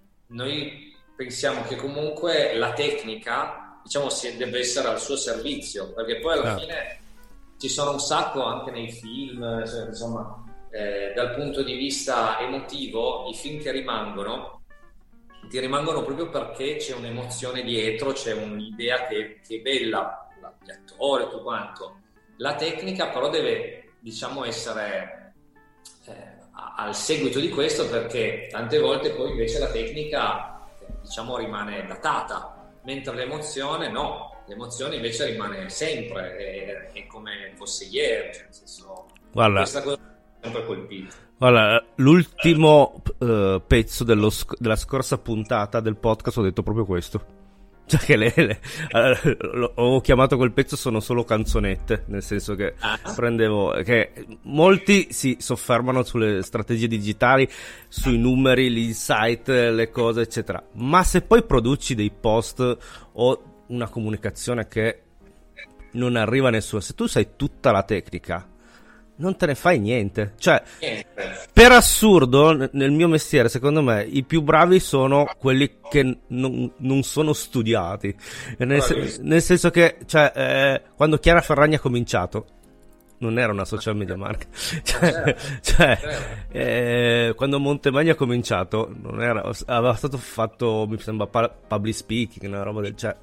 noi pensiamo che comunque la tecnica, diciamo, deve essere al suo servizio, perché poi alla fine ci sono un sacco anche nei film, cioè, insomma, eh, dal punto di vista emotivo, i film che rimangono ti rimangono proprio perché c'è un'emozione dietro, c'è un'idea che, che è bella, gli attori, tutto quanto. La tecnica però deve, diciamo, essere eh, al seguito di questo, perché tante volte poi invece la tecnica, diciamo, rimane datata, mentre l'emozione no, l'emozione invece rimane sempre, è, è come fosse ieri, cioè, nel senso, guarda, questa cosa è sempre colpita. Guarda, l'ultimo uh, pezzo dello sc- della scorsa puntata del podcast ho detto proprio questo. Cioè che le, le, uh, ho chiamato quel pezzo sono solo canzonette, nel senso che ah. prendevo che molti si soffermano sulle strategie digitali, sui numeri, gli insight, le cose eccetera, ma se poi produci dei post o una comunicazione che non arriva a nessuno, se tu sai tutta la tecnica non te ne fai niente. Cioè, per assurdo, nel mio mestiere, secondo me, i più bravi sono quelli che non, non sono studiati. Nel, se, nel senso che, cioè, eh, quando Chiara Ferragni ha cominciato, non era una social media marca. Cioè, cioè eh, quando Montemagno ha cominciato, non era, aveva stato fatto, mi sembra, public speaking, una roba del genere.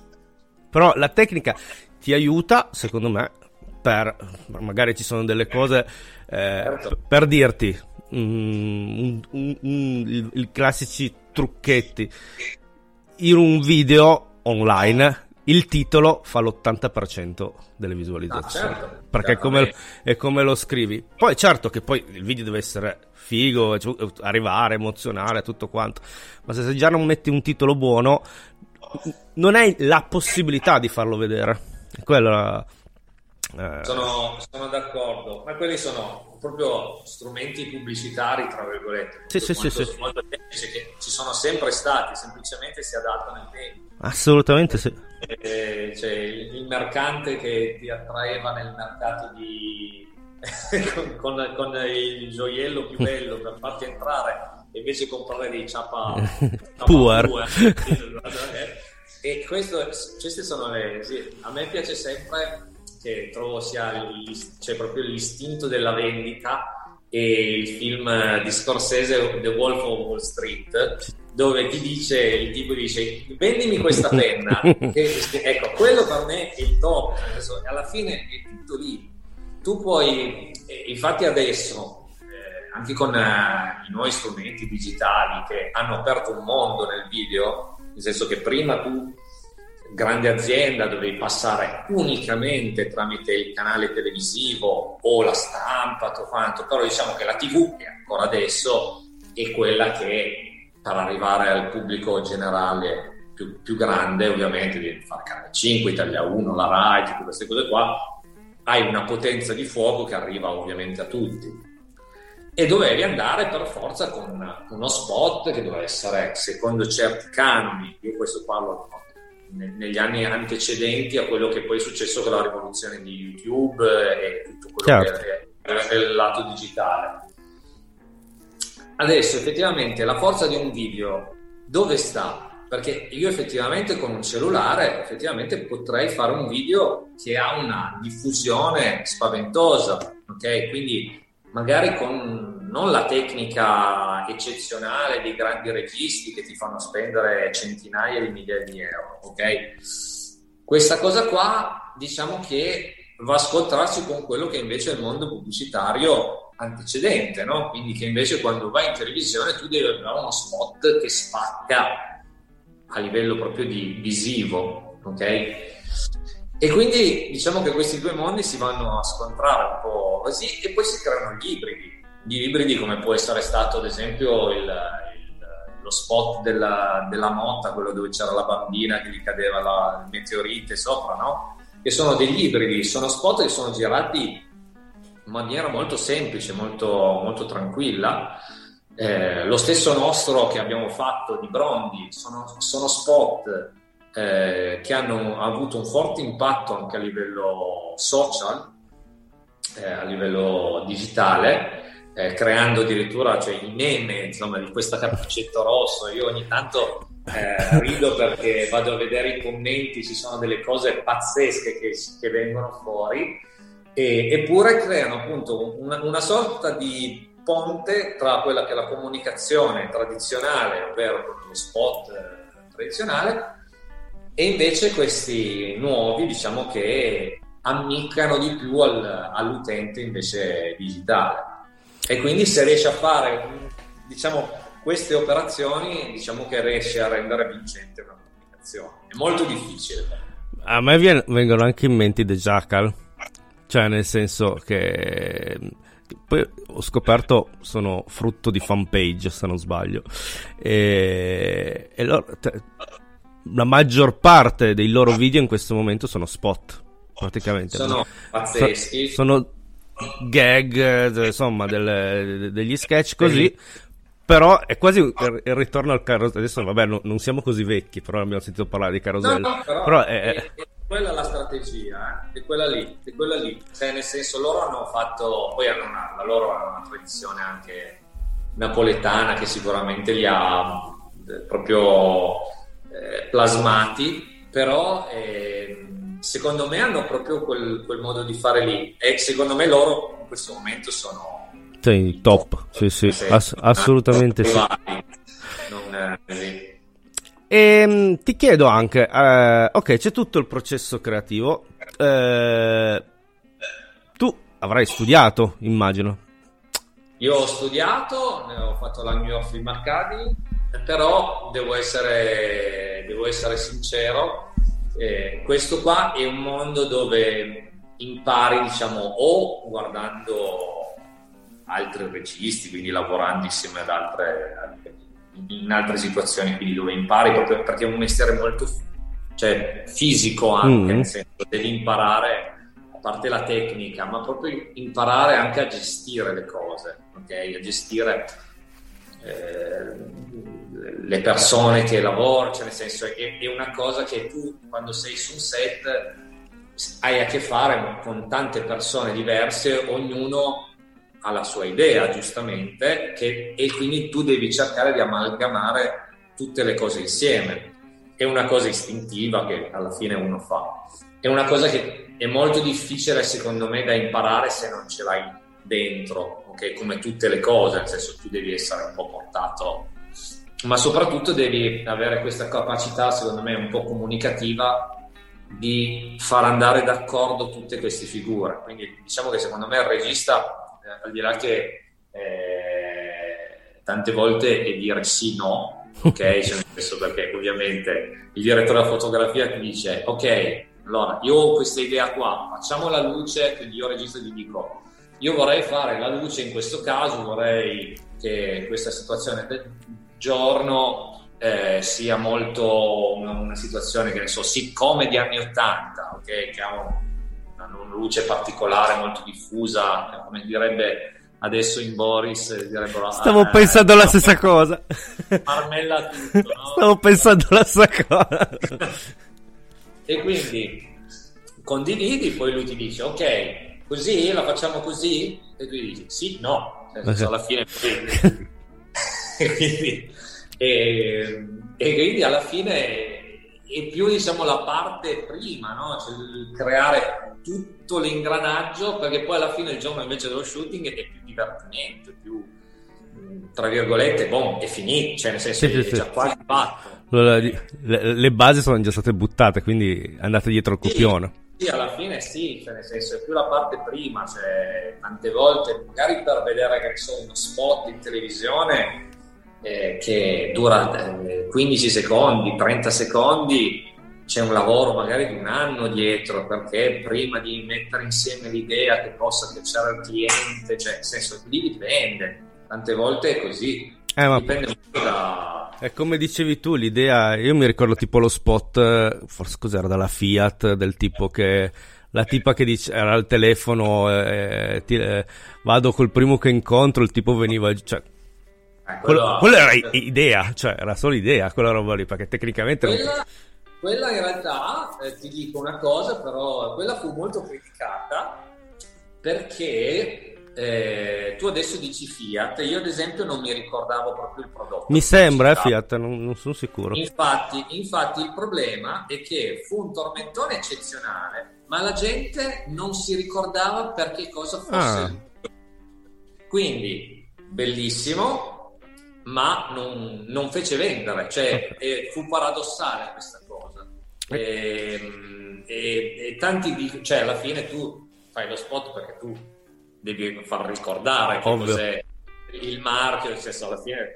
Però la tecnica ti aiuta, secondo me, per magari ci sono delle cose eh, per dirti mm, un, un, un, il, il classici trucchetti in un video online. Il titolo fa l'ottanta per cento delle visualizzazioni, ah, certo, perché è come, è come lo scrivi. Poi certo che poi il video deve essere figo, arrivare, emozionare, tutto quanto, ma se già non metti un titolo buono non hai la possibilità di farlo vedere. Quella Eh... Sono, sono d'accordo, ma quelli sono proprio strumenti pubblicitari, tra virgolette, sì, sì, molto, sì, sì. molto tecnici, che ci sono sempre stati, semplicemente si adattano ai tempi. Assolutamente sì. E, cioè, il, il mercante che ti attraeva nel mercato di con, con, con il gioiello più bello per farti entrare, e invece comprare dei ciapa puer. E questo, queste sono le, sì, a me piace sempre, che trovo sia c'è proprio l'istinto della vendita, e il film di Scorsese, The Wolf of Wall Street, dove ti dice, il tipo dice vendimi questa penna che, ecco, quello per me è il top, alla fine è tutto lì. Tu puoi, infatti adesso eh, anche con eh, i nuovi strumenti digitali che hanno aperto un mondo nel video, nel senso che prima tu, grande azienda, dovevi passare unicamente tramite il canale televisivo o la stampa, tutto quanto, però diciamo che la tivù, che ancora adesso è quella che per arrivare al pubblico generale più, più grande, ovviamente devi fare Canale cinque, Italia uno, la Rai, tutte queste cose qua, hai una potenza di fuoco che arriva ovviamente a tutti. E dovevi andare per forza con uno spot che doveva essere, secondo certi canoni, io questo parlo negli anni antecedenti a quello che poi è successo con la rivoluzione di YouTube e tutto quello certo. che è il lato digitale. Adesso effettivamente la forza di un video dove sta? Perché io effettivamente con un cellulare effettivamente potrei fare un video che ha una diffusione spaventosa, ok? Quindi magari con non la tecnica eccezionale dei grandi registi che ti fanno spendere centinaia di migliaia di euro, ok? Questa cosa qua diciamo che va a scontrarsi con quello che invece è il mondo pubblicitario antecedente, no? Quindi che invece quando vai in televisione tu devi avere uno spot che spacca a livello proprio di visivo, ok? E quindi diciamo che questi due mondi si vanno a scontrare un po' così e poi si creano gli ibridi, gli ibridi come può essere stato ad esempio il, il, lo spot della, della motta, quello dove c'era la bambina che gli cadeva la, il meteorite sopra, no? Che sono degli ibridi, sono spot che sono girati in maniera molto semplice, molto, molto tranquilla. Eh, lo stesso nostro che abbiamo fatto di Brondi sono, sono spot eh, che hanno avuto un forte impatto anche a livello social, eh, a livello digitale, eh, creando addirittura cioè, i meme insomma, di questa cappuccetto rosso. Io ogni tanto eh, rido perché vado a vedere i commenti, ci sono delle cose pazzesche che, che vengono fuori, e, eppure creano appunto una, una sorta di ponte tra quella che è la comunicazione tradizionale, ovvero lo spot eh, tradizionale, e invece questi nuovi, diciamo, che ammiccano di più al, all'utente invece digitale. E quindi se riesci a fare, diciamo, queste operazioni, diciamo che riesci a rendere vincente una comunicazione. È molto difficile. A me viene, vengono anche in mente The Jackal, cioè nel senso che poi ho scoperto sono frutto di fanpage se non sbaglio, e, e loro, te, la maggior parte dei loro video in questo momento sono spot praticamente, sono pazzeschi, so, sono gag insomma delle, degli sketch così, però è quasi il, il ritorno al carosello. Adesso vabbè no, non siamo così vecchi, però abbiamo sentito parlare di carosello, no, no, però, però è, è, è quella la strategia, eh? è quella lì, è quella lì, cioè nel senso loro hanno fatto, poi hanno una, la loro hanno una tradizione anche napoletana che sicuramente li ha eh, proprio eh, plasmati, però eh, secondo me hanno proprio quel, quel modo di fare lì, e secondo me loro in questo momento sono sì, top, sì sì, ass- assolutamente sì. Non, eh, E ti chiedo anche, eh, ok, c'è tutto il processo creativo, eh, tu avrai studiato, immagino. Io ho studiato, ho fatto la New York Film Academy, però devo essere, devo essere sincero, eh, questo qua è un mondo dove impari, diciamo, o guardando altri registi, quindi lavorando insieme ad altre, altre in altre situazioni, quindi dove impari proprio perché è un mestiere molto cioè fisico anche, mm. nel senso devi imparare a parte la tecnica, ma proprio imparare anche a gestire le cose, ok? A gestire eh, le persone che lavorano, cioè nel senso è, è una cosa che tu quando sei su un set hai a che fare con tante persone diverse, ognuno ha la sua idea giustamente, che, e quindi tu devi cercare di amalgamare tutte le cose insieme. È una cosa istintiva che alla fine uno fa, è una cosa che è molto difficile secondo me da imparare se non ce l'hai dentro, ok? Come tutte le cose, nel senso tu devi essere un po' portato, ma soprattutto devi avere questa capacità secondo me un po' comunicativa di far andare d'accordo tutte queste figure. Quindi diciamo che secondo me il regista, al di là che eh, tante volte è dire sì no, ok, cioè, questo perché ovviamente il direttore della fotografia ti dice ok, allora io ho questa idea qua, facciamo la luce, quindi io regista gli dico io vorrei fare la luce in questo caso, vorrei che questa situazione giorno eh, sia molto una, una situazione che ne so, sitcom di anni ottanta, ok, che ha una, una luce particolare molto diffusa, come direbbe adesso in Boris, direbbero, stavo ah, pensando eh, la no, stessa cosa. Marmella tutto, no? Stavo pensando la stessa cosa. E quindi condividi, poi lui ti dice ok, così la facciamo così, e tu gli dici sì, no, cioè, okay. Alla fine e, quindi, e, e quindi alla fine è più, diciamo, la parte prima, no? Cioè il creare tutto l'ingranaggio, perché poi alla fine il giorno invece dello shooting è più divertimento, più, tra virgolette, boh, è finito, cioè nel senso sì, è sì, già sì. quasi fatto. Allora, le, le basi sono già state buttate, quindi andate dietro il copione. Sì, sì, alla fine sì, cioè nel senso è più la parte prima, cioè tante volte magari per vedere, che ne so, uno spot in televisione eh, che dura eh, quindici secondi, trenta secondi, c'è un lavoro magari di un anno dietro, perché prima di mettere insieme l'idea che possa piacere al cliente, cioè nel senso lì dipende, tante volte è così, eh, ma dipende molto da... È come dicevi tu, l'idea, io mi ricordo tipo lo spot, forse cos'era, dalla Fiat, del tipo che la tipa che dice, era al telefono, eh, ti, eh, vado col primo che incontro, il tipo veniva, cioè eh, quello, quello era idea, cioè era solo idea quella roba lì, perché tecnicamente quella, non... quella in realtà eh, ti dico una cosa, però quella fu molto criticata perché eh, tu adesso dici Fiat, io ad esempio non mi ricordavo proprio il prodotto. Mi sembra, eh, Fiat, non, non sono sicuro. Infatti, infatti il problema è che fu un tormentone eccezionale, ma la gente non si ricordava per che cosa fosse. Ah. Quindi, bellissimo, ma non, non fece vendere, cioè eh, fu paradossale questa cosa. E, e, e tanti dicono, cioè alla fine tu fai lo spot perché tu devi far ricordare che ovvio. Cos'è il marchio, nel senso alla fine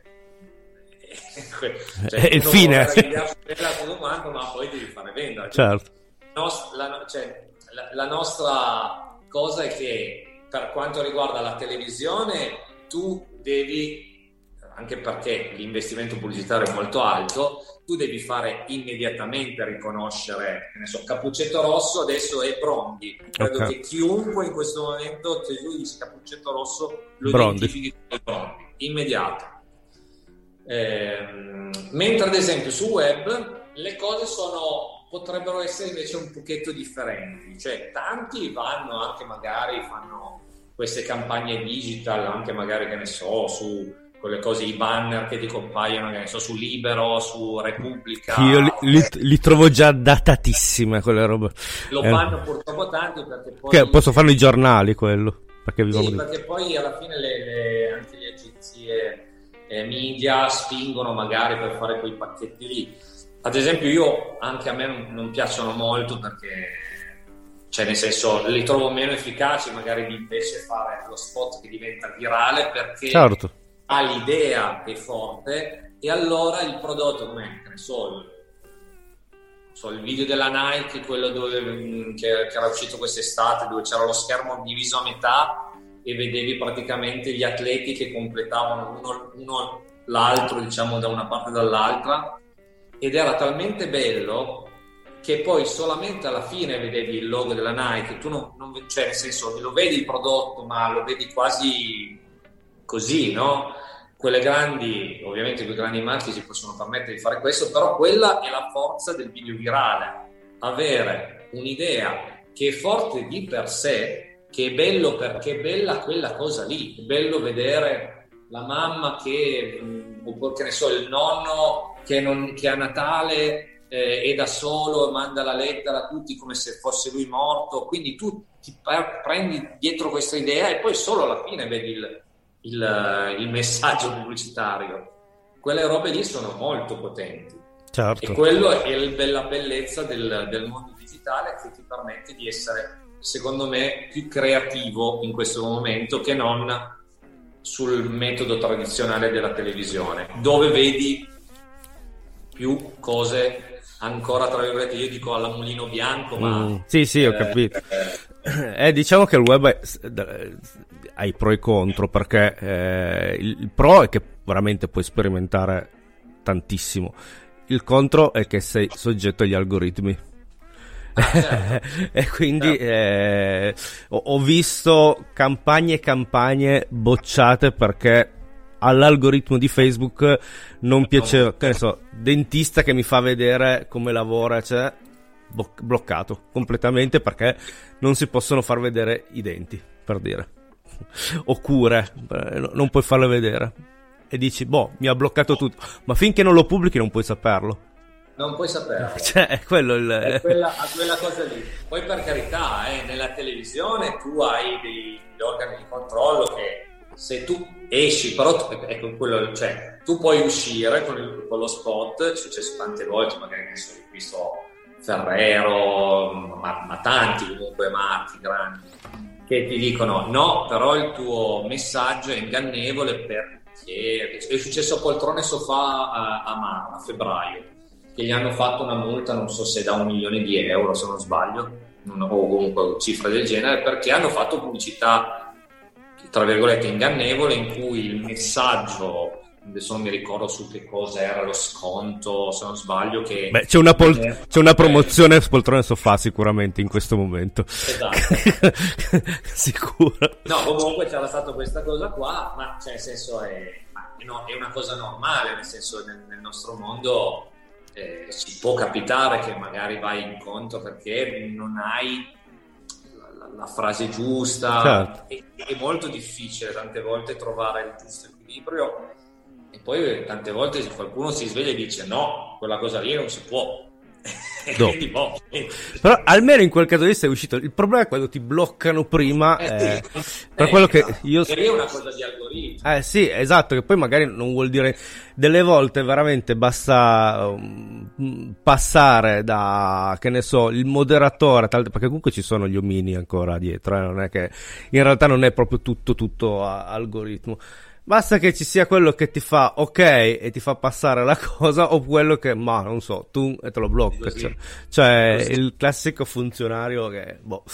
cioè, è il fine, tutto quanto, ma poi devi fare vendere. Certo. La, cioè, la, la nostra cosa è che per quanto riguarda la televisione tu devi, anche perché l'investimento pubblicitario è molto alto, tu devi fare immediatamente riconoscere, che ne so, Cappuccetto Rosso adesso è Brondi. Credo okay. che chiunque in questo momento, se lui dice Cappuccetto Rosso, lo Brondi. identifichi come Brondi, immediato. Ehm, mentre ad esempio su web le cose sono, potrebbero essere invece un pochetto differenti, cioè tanti vanno anche magari, fanno queste campagne digital, anche magari, che ne so, su quelle cose, i banner che ti compaiono, che ne so, su Libero, su Repubblica. Io li, li, li trovo già datatissime quelle robe. Lo eh. fanno purtroppo tanti perché poi... Che posso farlo i giornali, quello. Perché, sì, di... perché poi alla fine le, le, anche le agenzie eh, media spingono magari per fare quei pacchetti lì. Ad esempio io, anche a me non, non piacciono molto perché, cioè nel senso, li trovo meno efficaci magari di invece fare lo spot che diventa virale, perché... Certo. Ha l'idea che è forte e allora il prodotto, come ne so, il, so, il video della Nike, quello dove, che, che era uscito quest'estate, dove c'era lo schermo diviso a metà e vedevi praticamente gli atleti che completavano uno, uno l'altro, diciamo, da una parte e dall'altra, ed era talmente bello che poi solamente alla fine vedevi il logo della Nike, tu non, non cioè nel senso, lo vedi il prodotto ma lo vedi quasi così, no? Quelle grandi, ovviamente quei grandi marchi si possono permettere di fare questo, però quella è la forza del video virale, avere un'idea che è forte di per sé, che è bello perché è bella quella cosa lì, è bello vedere la mamma che, oppure che ne so, il nonno che, non, che a Natale eh, è da solo, manda la lettera a tutti come se fosse lui morto, quindi tu ti prendi dietro questa idea e poi solo alla fine vedi il Il, il messaggio pubblicitario. Quelle robe lì sono molto potenti. Certo. E quello è la bellezza del, del mondo digitale, che ti permette di essere, secondo me, più creativo in questo momento che non sul metodo tradizionale della televisione, dove vedi più cose ancora, tra virgolette, io dico alla mulino bianco, ma mm, sì sì ho eh, capito eh, eh, diciamo che il web è, ha i pro e i contro, perché eh, il, il pro è che veramente puoi sperimentare tantissimo. Il contro è che sei soggetto agli algoritmi. Ah, certo. E quindi certo. eh, ho, ho visto campagne e campagne bocciate perché all'algoritmo di Facebook non piaceva, che ne so, dentista che mi fa vedere come lavora, cioè bo- bloccato completamente perché non si possono far vedere i denti, per dire, o cure, non puoi farle vedere. E dici, boh, mi ha bloccato tutto, ma finché non lo pubblichi non puoi saperlo. Non puoi saperlo. Cioè, è quello il... È quella, quella cosa lì. Poi per carità, eh, nella televisione tu hai dei, degli organi di controllo che se tu esci, però tu, ecco quello, cioè, tu puoi uscire con, il, con lo spot, è successo tante volte, magari ne so, ho visto Ferrero, ma, ma tanti comunque marchi grandi, che ti dicono no, però il tuo messaggio è ingannevole per... È successo a Poltrone Sofà a, a mano a febbraio, che gli hanno fatto una multa, non so se da un milione di euro se non sbaglio, non, o comunque cifre del genere, perché hanno fatto pubblicità tra virgolette ingannevole in cui il messaggio, adesso non mi ricordo su che cosa era lo sconto, se non sbaglio, che beh, c'è una, pol- è... c'è una promozione su Poltrone Sofà sicuramente in questo momento, esatto. Sicuro. No, comunque c'era stata questa cosa qua, ma cioè nel senso è, no, è una cosa normale, nel senso nel, nel nostro mondo eh, ci può capitare che magari vai incontro perché non hai la, la, la frase giusta, certo. è, è molto difficile tante volte trovare il giusto equilibrio. E poi tante volte qualcuno si sveglia e dice no, quella cosa lì non si può. No. Quindi, boh. Però almeno in quel caso lì sei uscito. Il problema è quando ti bloccano prima, eh, eh, sì. per eh, quello che esatto. io è una cosa di algoritmo. Eh sì, esatto, che poi magari non vuol dire, delle volte veramente basta um, passare da, che ne so, il moderatore, tal, perché comunque ci sono gli omini ancora dietro, eh, non è che in realtà non è proprio tutto tutto a, algoritmo. Basta che ci sia quello che ti fa ok e ti fa passare la cosa, o quello che, ma non so, tu e te lo blocca. Cioè, cioè il classico funzionario che, boh.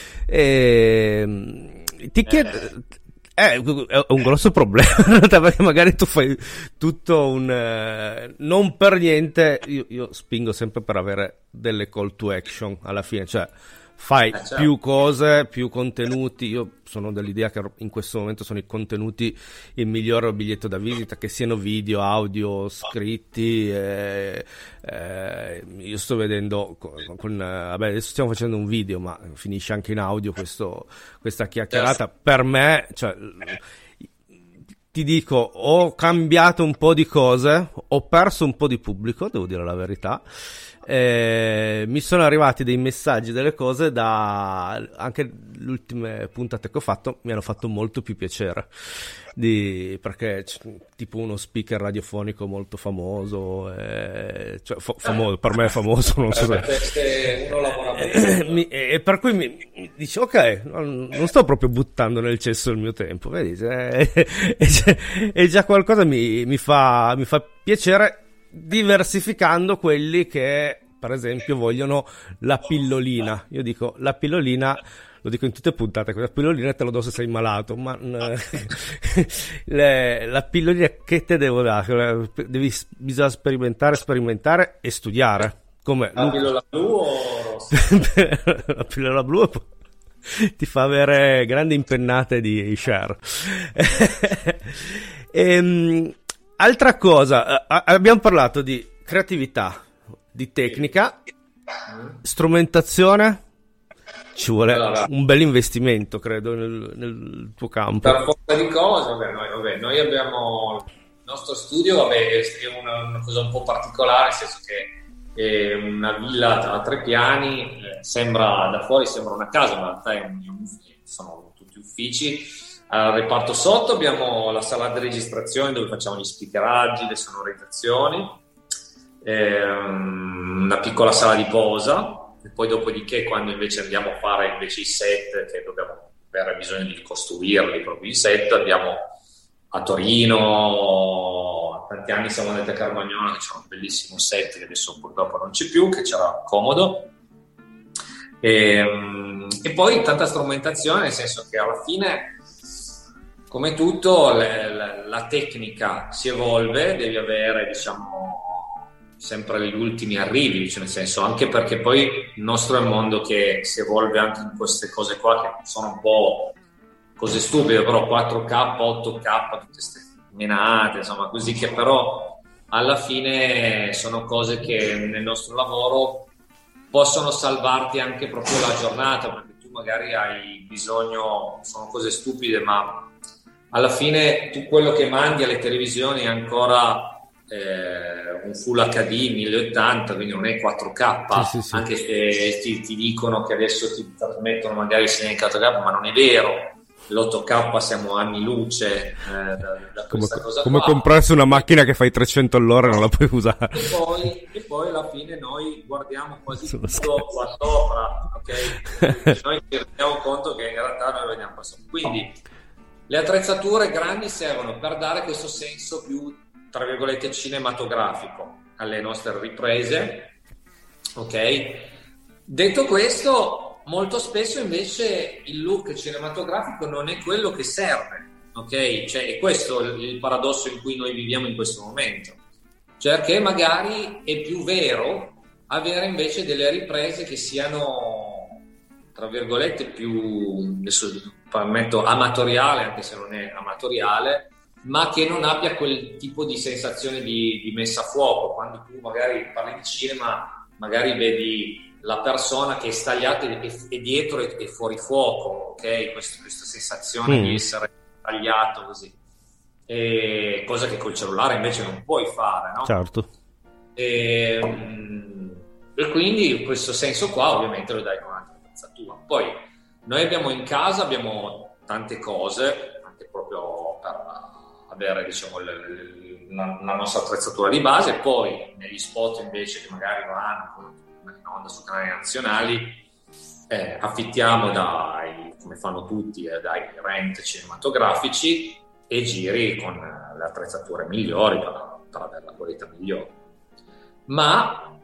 E, ti chiedo, è, è un grosso problema, perché magari tu fai tutto un, eh, non per niente, io, io spingo sempre per avere delle call to action alla fine, cioè, fai eh, certo. più cose, più contenuti. Io sono dell'idea che in questo momento sono i contenuti il miglior biglietto da visita, che siano video, audio, scritti. Eh, eh, io sto vedendo con, con vabbè, adesso stiamo facendo un video, ma finisce anche in audio questo, questa chiacchierata. Certo. Per me, cioè, ti dico, ho cambiato un po' di cose, ho perso un po' di pubblico, devo dire la verità. Eh, mi sono arrivati dei messaggi, delle cose da anche le ultime puntate che ho fatto mi hanno fatto molto più piacere di, perché tipo uno speaker radiofonico molto famoso, eh, cioè fa- famoso, per me è famoso, non so se uno lavora bene, mi, e per cui mi, mi dice ok, non, non sto proprio buttando nel cesso il mio tempo, vedi, e eh, già qualcosa mi, mi fa mi fa piacere, diversificando quelli che per esempio vogliono la pillolina. Io dico la pillolina, lo dico in tutte le puntate, la pillolina te lo do se sei malato, ma le, la pillolina che te devo dare? Devi, bisogna sperimentare, sperimentare e studiare. Come la pillola blu o rossa? La pillola blu ti fa avere grandi impennate di share. ehm Altra cosa, eh, abbiamo parlato di creatività, di tecnica, strumentazione, ci vuole allora, un bel investimento, credo, nel, nel tuo campo. Per forza di cose, vabbè, noi, vabbè, noi abbiamo il nostro studio, vabbè, è una, una cosa un po' particolare, nel senso che è una villa a tre piani, eh, sembra da fuori sembra una casa, ma in realtà è un, sono tutti uffici. Al reparto sotto abbiamo la sala di registrazione dove facciamo gli speakeraggi, le sonorizzazioni, ehm, una piccola sala di posa, e poi dopodiché quando invece andiamo a fare invece i set, che dobbiamo avere bisogno di costruirli proprio i set, andiamo a Torino, tanti anni siamo andati a Carmagnola che c'era un bellissimo set che adesso purtroppo non c'è più, che c'era comodo, e, e poi tanta strumentazione, nel senso che alla fine come tutto le, le, la tecnica si evolve, devi avere, diciamo, sempre gli ultimi arrivi, cioè nel senso, anche perché poi il nostro è un mondo che si evolve anche in queste cose qua che sono un po' cose stupide, però quattro K, otto K, tutte queste menate, insomma, così, che però alla fine sono cose che nel nostro lavoro possono salvarti anche proprio la giornata, perché tu magari hai bisogno, sono cose stupide, ma alla fine tu quello che mandi alle televisioni è ancora eh, un Full H D mille ottanta, quindi non è quattro K, sì, sì, sì. Anche se ti, ti dicono che adesso ti trasmettono magari segnali in quattro K, ma non è vero. L'otto K siamo anni luce eh, da, da questa come, cosa come qua. comprarsi una macchina che fai trecento all'ora e non la puoi usare. E poi, e poi alla fine noi guardiamo quasi Sono tutto qua sopra, ok? Noi ci rendiamo conto che in realtà noi vediamo qua sopra. Quindi le attrezzature grandi servono per dare questo senso più, tra virgolette, cinematografico alle nostre riprese, ok? Detto questo, molto spesso invece il look cinematografico non è quello che serve, ok? Cioè, è questo il paradosso in cui noi viviamo in questo momento, cioè che magari è più vero avere invece delle riprese che siano, tra virgolette, più, adesso permetto, amatoriale, anche se non è amatoriale, ma che non abbia quel tipo di sensazione di, di messa a fuoco. Quando tu magari parli di cinema, magari vedi la persona che è stagliata e, e dietro è, è fuori fuoco, ok? Questa, questa sensazione mm. di essere tagliato così, e, cosa che col cellulare invece non puoi fare, no? Certo. E, e quindi in questo senso qua ovviamente lo dai con un'altra attrezzatura. Poi noi abbiamo in casa, abbiamo tante cose, anche proprio per avere, diciamo, le, le, la, la nostra attrezzatura di base. Poi negli spot invece che magari vanno in onda su canali nazionali, eh, affittiamo dai, come fanno tutti, eh, dai rent cinematografici e giri con eh, le attrezzature migliori per, per avere la qualità migliore. Ma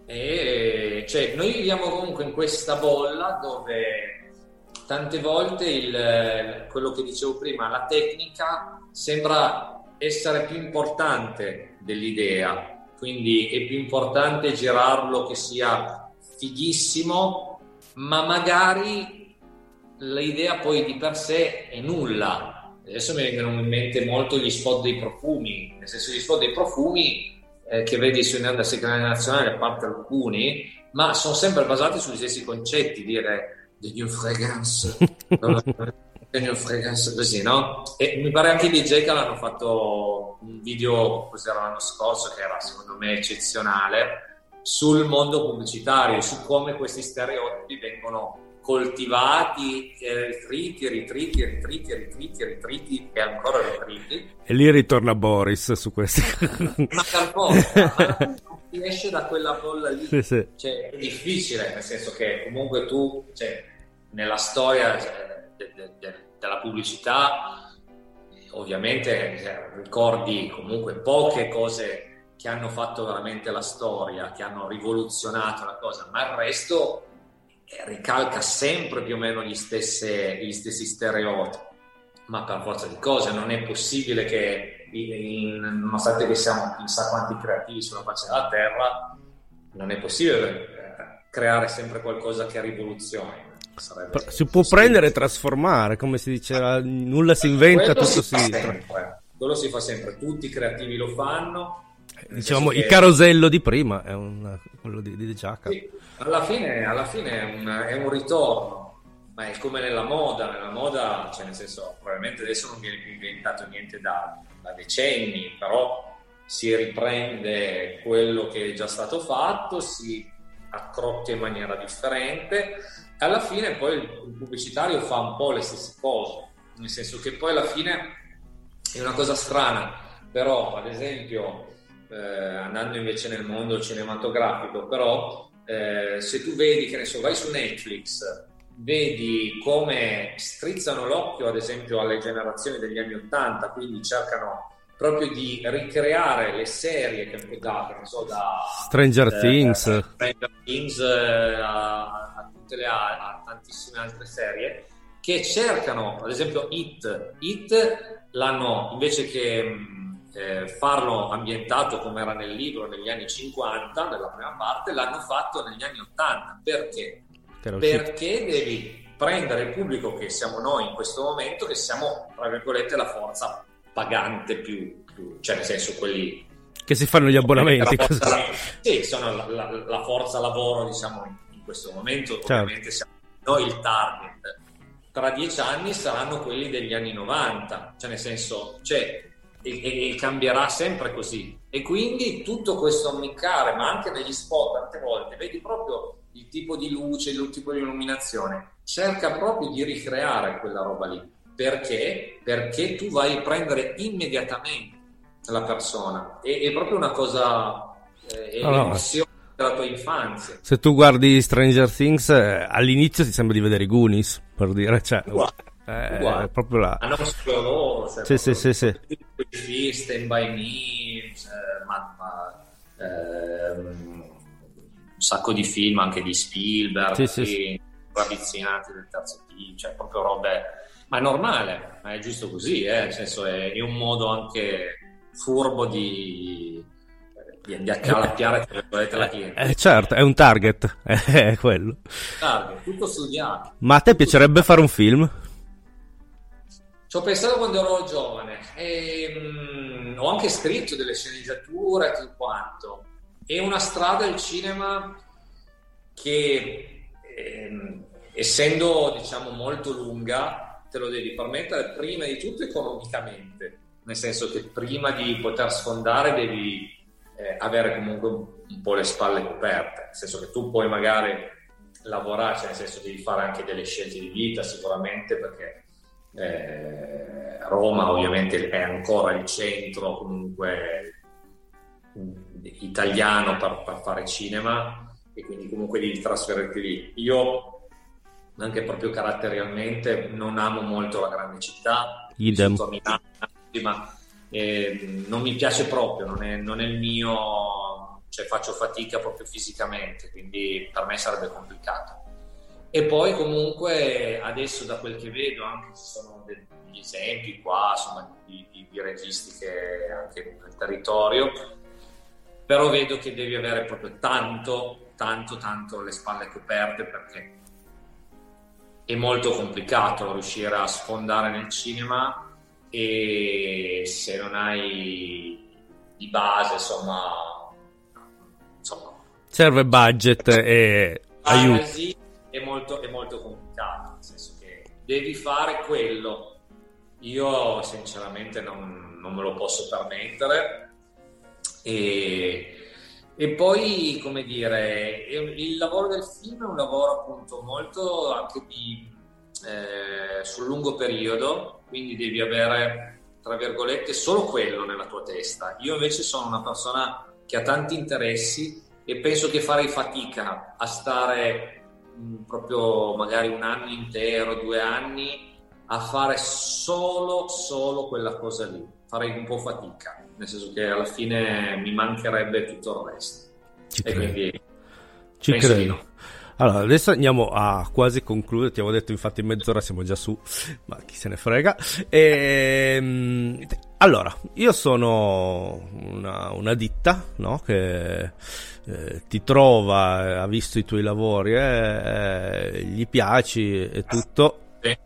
eh, cioè, noi viviamo comunque in questa bolla dove tante volte il, quello che dicevo prima, la tecnica sembra essere più importante dell'idea. Quindi è più importante girarlo che sia fighissimo, ma magari l'idea poi di per sé è nulla. Adesso mi vengono in mente molto gli spot dei profumi, nel senso gli spot dei profumi eh, che vedi sui canali nazionali, a parte alcuni, ma sono sempre basati sugli stessi concetti, dire the new fragrance, the new fragrance, così, no? E mi pare anche i D J che l'hanno fatto un video, cos'era l'anno scorso, che era secondo me eccezionale, sul mondo pubblicitario, su come questi stereotipi vengono coltivati, eh, ritriti, ritriti, ritriti, ritriti, ritriti e ancora ritriti. E lì ritorna Boris su questi. Ma per forza, ma non si esce da quella bolla lì. Sì, sì. Cioè, è difficile, nel senso che comunque tu, cioè, nella storia cioè, de, de, de, della pubblicità, ovviamente cioè, ricordi comunque poche cose che hanno fatto veramente la storia, che hanno rivoluzionato la cosa, ma il resto ricalca sempre più o meno gli, stesse, gli stessi stereotipi, ma per forza di cose non è possibile che in, nonostante che siamo chissà quanti creativi sulla faccia della terra, non è possibile creare sempre qualcosa che rivoluzioni. Sarebbe si può prendere e trasformare, come si diceva, nulla si inventa, quello tutto si si, fa sempre, quello si fa sempre, tutti i creativi lo fanno. Diciamo che... il carosello di prima è un, quello di, di Giacca. Sì, alla fine, alla fine è, un, è un ritorno, ma è come nella moda. Nella moda, cioè nel senso, probabilmente adesso non viene più inventato niente da, da decenni, però si riprende quello che è già stato fatto, si accrocchia in maniera differente. Alla fine poi il pubblicitario fa un po' le stesse cose, nel senso che poi alla fine è una cosa strana, però ad esempio eh, andando invece nel mondo cinematografico, però eh, se tu vedi, che ne so, vai su Netflix, vedi come strizzano l'occhio ad esempio alle generazioni degli anni ottanta, quindi cercano proprio di ricreare le serie che hanno dato, non so, da Stranger eh, Things, Stranger Things eh, a, a tutte le a tantissime altre serie, che cercano, ad esempio It, It l'hanno, invece che eh, farlo ambientato come era nel libro negli anni cinquanta, nella prima parte, l'hanno fatto negli anni ottanta. Perché? Perché devi prendere il pubblico che siamo noi in questo momento, che siamo, tra virgolette, la forza pagante più, più cioè nel senso quelli che si fanno gli abbonamenti. La forza, sì, sono la, la, la forza lavoro, diciamo, in, in questo momento. Certo. Ovviamente siamo noi il target. Tra dieci anni saranno quelli degli anni novanta, cioè nel senso, cioè, e, e cambierà sempre così. E quindi tutto questo ammiccare, ma anche negli spot tante volte, vedi proprio il tipo di luce, il tipo di illuminazione, cerca proprio di ricreare quella roba lì. Perché? Perché tu vai a prendere immediatamente la persona. È, è proprio una cosa, eh, è allora, l'emozione della tua infanzia. Se tu guardi Stranger Things, eh, all'inizio ti sembra di vedere i Goonies, per dire, cioè, uguale, eh, uguale. È proprio là. Hanno solo loro, cioè, sì, sì, sì, sì. Stand By Me, eh, ma, ma, ehm, un sacco di film anche di Spielberg, sì, sì, sì. Ravvicinati del terzo tipo, cioè proprio robe, ma è normale, ma è giusto così, eh? Nel senso è, è un modo anche furbo di, di, di accalappiare eh, la cliente. Eh, certo, è un target, è quello. Target, tutto studiato. Ma a te piacerebbe fare un film? Ci ho pensato quando ero giovane e mh, ho anche scritto delle sceneggiature e tutto quanto. È una strada il cinema che ehm, essendo diciamo molto lunga te lo devi permettere prima di tutto economicamente, nel senso che prima di poter sfondare devi eh, avere comunque un, un po' le spalle coperte, nel senso che tu puoi magari lavorare, cioè nel senso devi fare anche delle scelte di vita sicuramente, perché eh, Roma ovviamente è ancora il centro comunque italiano per, per fare cinema, e quindi comunque devi trasferirti lì. Io anche proprio caratterialmente non amo molto la grande città, idem a Milano, ma eh, non mi piace proprio, non è, non è il mio, cioè faccio fatica proprio fisicamente, quindi per me sarebbe complicato. E poi comunque adesso da quel che vedo anche ci sono degli esempi qua, insomma, di, di, di registi che anche nel territorio, però vedo che devi avere proprio tanto, tanto, tanto le spalle coperte, perché è molto complicato riuscire a sfondare nel cinema, e se non hai di base, insomma, insomma serve budget e aiuto. È molto, è molto complicato, nel senso che devi fare quello. Io sinceramente non, non me lo posso permettere. E, e poi, come dire, il lavoro del film è un lavoro appunto molto anche di eh, sul lungo periodo, quindi devi avere, tra virgolette, solo quello nella tua testa. Io invece sono una persona che ha tanti interessi e penso che farei fatica a stare mh, proprio magari un anno intero, due anni a fare solo solo quella cosa lì. Farei un po' fatica, nel senso che alla fine mi mancherebbe tutto il resto. Ci e credo. quindi Ci penso credo. di... Allora, adesso andiamo a quasi concludere. Ti avevo detto infatti mezz'ora, siamo già su, ma chi se ne frega. E, allora, io sono una, una ditta, no? Che eh, ti trova, ha visto i tuoi lavori, eh, gli piaci e tutto. Sì.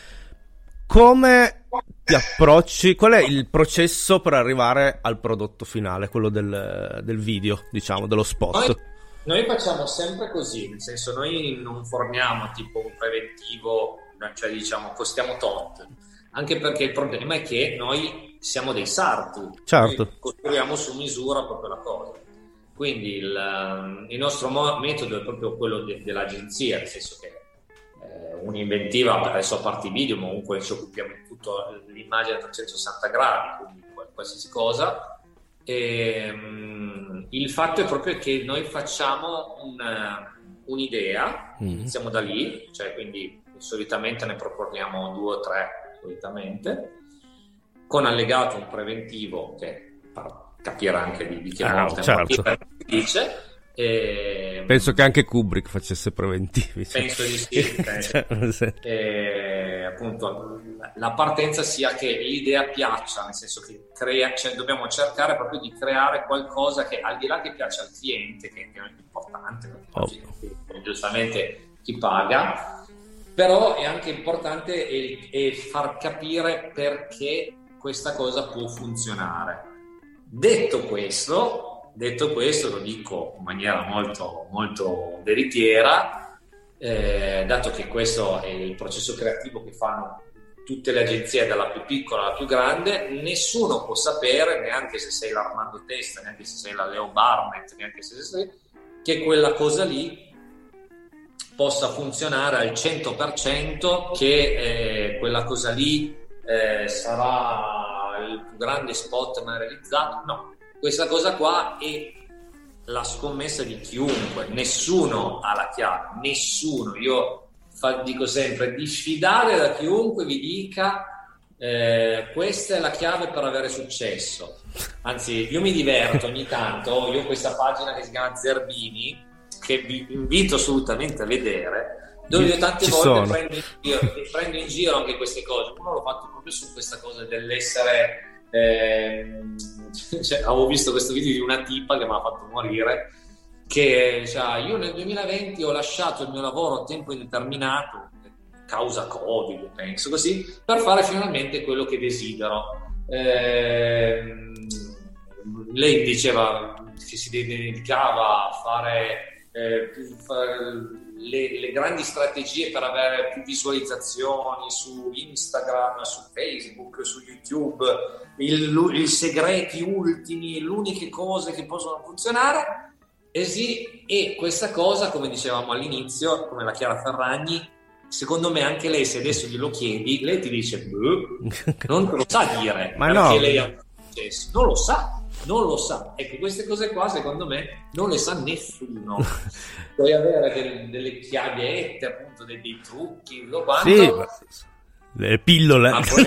Come ti approcci? Qual è il processo per arrivare al prodotto finale, quello del, del video, diciamo, dello spot? Noi... Noi facciamo sempre così, nel senso noi non forniamo tipo un preventivo, cioè diciamo costiamo tot, anche perché il problema è che noi siamo dei sarti, certo. Costruiamo su misura proprio la cosa, quindi il, il nostro mo- metodo è proprio quello de- dell'agenzia, nel senso che eh, un'inventiva, adesso a parte i video, ma comunque ci occupiamo di tutto l'immagine a trecentosessanta gradi, quindi qualsiasi cosa. E, um, il fatto è proprio che noi facciamo una, un'idea, mm. iniziamo da lì, cioè quindi solitamente ne proponiamo due o tre, solitamente, con allegato un preventivo che per capire anche di, di che ah, volta certo. dice, E, penso che anche Kubrick facesse preventivi. Penso di sì. Penso. E, appunto, la partenza sia che l'idea piaccia, nel senso che crea, cioè, dobbiamo cercare proprio di creare qualcosa che, al di là che piaccia al cliente, che, che è importante, perché oh. giustamente chi paga, però è anche importante e, e far capire perché questa cosa può funzionare. Detto questo, Detto questo, lo dico in maniera molto, molto veritiera, eh, dato che questo è il processo creativo che fanno tutte le agenzie, dalla più piccola alla più grande, nessuno può sapere, neanche se sei l'Armando Testa, neanche se sei la Leo Barnett, neanche se sei, che quella cosa lì possa funzionare al cento per cento, che eh, quella cosa lì eh, sarà il più grande spot mai realizzato. No. Questa cosa qua è la scommessa di chiunque, nessuno ha la chiave, nessuno. Io fa, dico sempre, diffidate da chiunque vi dica eh, questa è la chiave per avere successo. Anzi, io mi diverto ogni tanto, io ho questa pagina che si chiama Zerbini, che vi invito assolutamente a vedere, dove io tante Ci volte sono. prendo in, giro, prendo in giro anche queste cose. Uno l'ho fatto proprio su questa cosa dell'essere... Eh, cioè, avevo visto questo video di una tipa che mi ha fatto morire, che cioè, io nel duemilaventi ho lasciato il mio lavoro a tempo indeterminato, causa Covid penso così, per fare finalmente quello che desidero. Eh, lei diceva che si dedicava a fare, eh, più, fare le, le grandi strategie per avere più visualizzazioni su Instagram, su Facebook, su YouTube, il, i segreti ultimi, le uniche cose che possono funzionare. E sì, e questa cosa, come dicevamo all'inizio, come la Chiara Ferragni, secondo me anche lei, se adesso glielo chiedi, lei ti dice non te lo sa dire, ma perché no. lei ha successo, non lo sa. Non lo sa, ecco, queste cose qua secondo me non le sa nessuno. Puoi avere delle, delle chiavette, appunto, dei, dei trucchi, lo quanto. Sì, ma... le pillole. Ah, poi...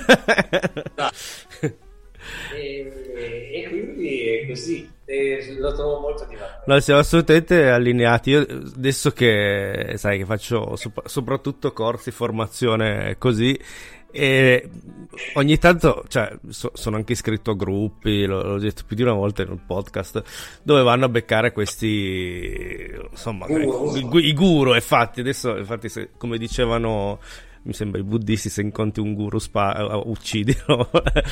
e, e quindi è così, e lo trovo molto divertente. No, siamo assolutamente allineati. Io adesso che sai che faccio sop- soprattutto corsi, formazione così, e ogni tanto, cioè, so, sono anche iscritto a gruppi, l'ho, l'ho detto più di una volta in un podcast, dove vanno a beccare questi, insomma, Guru. i, i guru. Infatti adesso, infatti, se, come dicevano, mi sembra i buddisti, se incontri un guru spa, uh, uccidilo.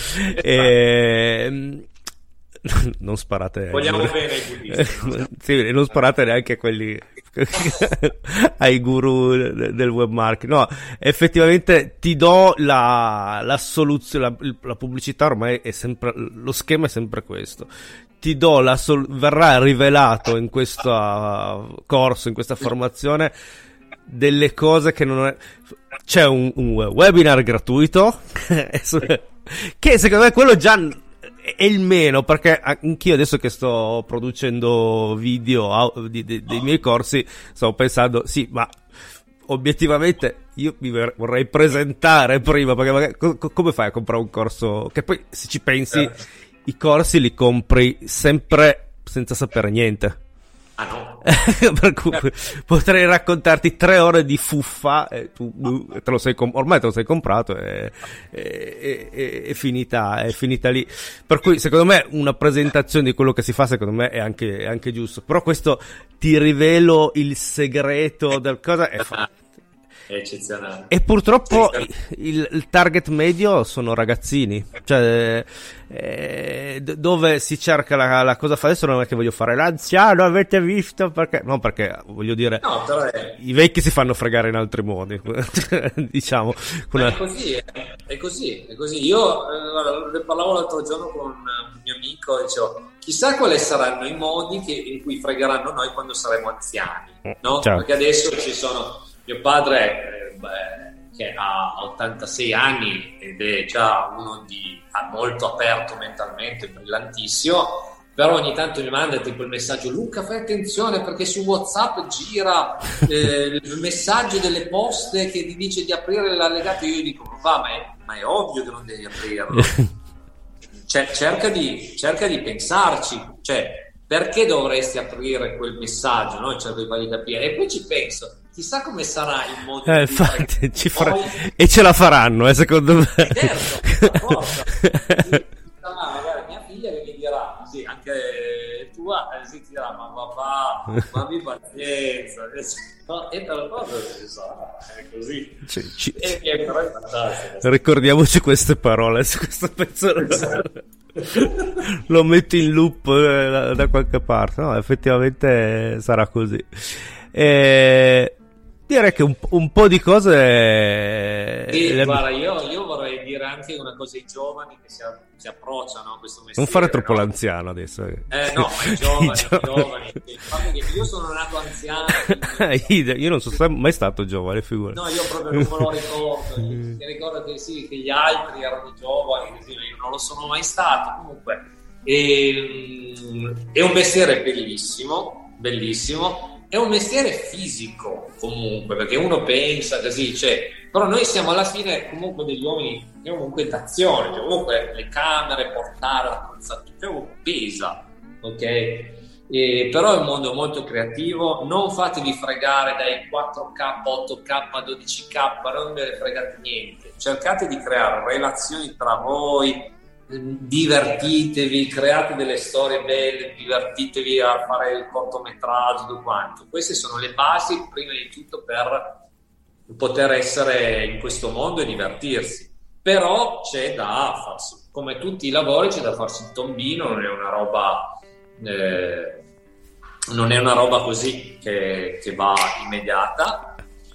e non sparate, vogliamo bene ai buddisti, no? Sì, non sparate neanche a quelli ai guru del web marketing. No, effettivamente ti do la, la soluzione, la, la pubblicità ormai è sempre, lo schema è sempre questo. Ti do la sol- verrà rivelato in questo corso, in questa formazione, delle cose che non è. C'è un, un webinar gratuito che secondo me quello già è il meno, perché anch'io adesso che sto producendo video di, di, dei miei corsi stavo pensando, sì, ma obiettivamente io mi vorrei presentare prima, perché magari, co- come fai a comprare un corso? Che poi, se ci pensi, eh. i corsi li compri sempre senza sapere niente. Ah no? Per cui potrei raccontarti tre ore di fuffa e tu te lo sei com- ormai te lo sei comprato e è finita è finita lì. Per cui secondo me una presentazione di quello che si fa secondo me è anche, è anche giusto, però questo ti rivelo il segreto del cosa è fa- è eccezionale. E purtroppo il, il target medio sono ragazzini, cioè eh, dove si cerca la, la cosa fa adesso. Non è che voglio fare l'anziano, avete visto, perché no, perché voglio dire, no, però è... i vecchi si fanno fregare in altri modi. Diciamo una... è così è, è così è così io eh, parlavo l'altro giorno con un mio amico e dicevo, chissà quali saranno i modi che, in cui fregheranno noi quando saremo anziani, no? Ciao. Perché adesso ci sono mio padre, eh, beh, che ha ottantasei anni ed è già uno di molto aperto mentalmente, brillantissimo, però ogni tanto mi manda tipo il messaggio: Luca, fai attenzione perché su WhatsApp gira eh, il messaggio delle poste che ti dice di aprire l'allegato. Io dico, va, ma è, ma è ovvio che non devi aprirlo. Cioè, cerca di, cerca di pensarci, cioè perché dovresti aprire quel messaggio, no? Cerco di fargli capire, e poi ci penso, chissà come sarà il mondo. Eh, infatti, ci fra... poi... e ce la faranno, eh, secondo me. Certo, forza. Sì, magari mia figlia che mi dirà, sì, anche tua, eh, si ti dirà, ma papà, ma abbi pazienza, e per cosa ci sarà, è così. Cioè, ci... E, e però è fantastico. Ricordiamoci queste parole su questo pezzo. Esatto. Lo metto in loop eh, da, da qualche parte. No, effettivamente sarà così. E direi che un, un po' di cose. Sì, le... guarda, io, io vorrei dire anche una cosa ai giovani che si, si approcciano a questo mestiere. Non fare troppo no? l'anziano adesso. Eh no, ma i giovani, i giovani. I giovani. Io sono nato anziano. Quindi... io non sono mai stato giovane, figura. No, io proprio non me lo ricordo. Mi ricordo che sì, che gli altri erano giovani, così, io non lo sono mai stato. Comunque, e, è un mestiere bellissimo, bellissimo. È un mestiere fisico comunque, perché uno pensa così, cioè, però noi siamo alla fine comunque degli uomini comunque d'azione, cioè, comunque le camere, portare l'attrezzatura, cioè, pesa, ok? E, però è un mondo molto creativo, non fatevi fregare dai quattro K, otto K, dodici K, non ve ne fregate niente, cercate di creare relazioni tra voi, divertitevi, create delle storie belle, divertitevi a fare il cortometraggio, tutto quanto. Queste sono le basi prima di tutto per poter essere in questo mondo e divertirsi. Però c'è da farsi, come tutti i lavori, c'è da farsi il tombino, non è una roba eh, non è una roba così che, che va immediata.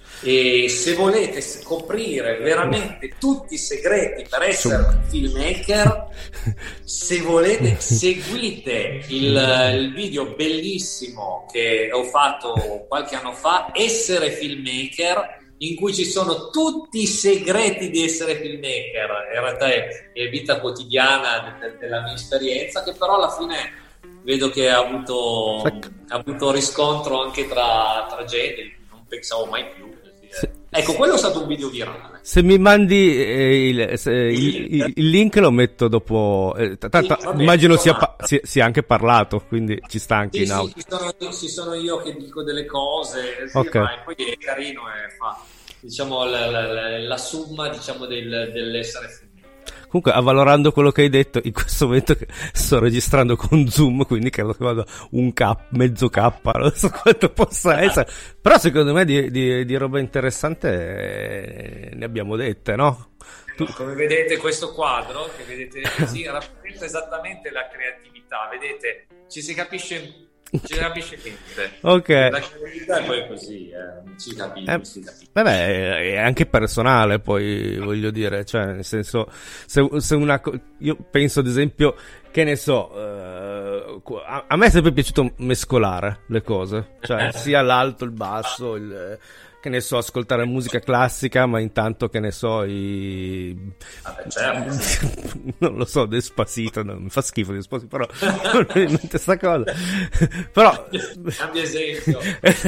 E se volete scoprire veramente tutti i segreti per essere un filmmaker, se volete seguite il, il video bellissimo che ho fatto qualche anno fa, Essere Filmmaker, in cui ci sono tutti i segreti di essere filmmaker. In realtà è, è vita quotidiana de, de, della mia esperienza, che però alla fine vedo che ha avuto, ha avuto riscontro anche tra, tra gente, non pensavo mai più. Se, ecco, quello è stato un video virale. Se mi mandi eh, il, se, il, il, il link lo metto dopo. Eh, t- t- sì, vabbè, immagino sia, pa- sia, sia anche parlato, quindi ci sta anche sì, in audio. Sì, ci sono, ci sono io che dico delle cose, sì, okay. Ma poi è carino e fa, diciamo, la, la, la, la somma, diciamo, del, dell'essere finito. Comunque, avvalorando quello che hai detto, in questo momento che sto registrando con Zoom, quindi credo che vada un K, mezzo K, non so quanto possa essere. Però secondo me di, di, di roba interessante eh, ne abbiamo dette, no? Tu... Come vedete questo quadro, che vedete così, rappresenta esattamente la creatività, vedete, ci si capisce... ci capisce niente. Ok. La creatività è poi così, eh. non ci capisce, eh, si capisce. Vabbè, è anche personale, poi voglio dire, cioè nel senso, se, se una io penso ad esempio, che ne so, eh, a, a me è sempre piaciuto mescolare le cose, cioè sia l'alto, il basso, il, che ne so, ascoltare musica classica, ma intanto, che ne so, i... Vabbè, certo. non lo so, Despacito, no, mi fa schifo Despacito, però non è in mente sta cosa. Però cambia esempio.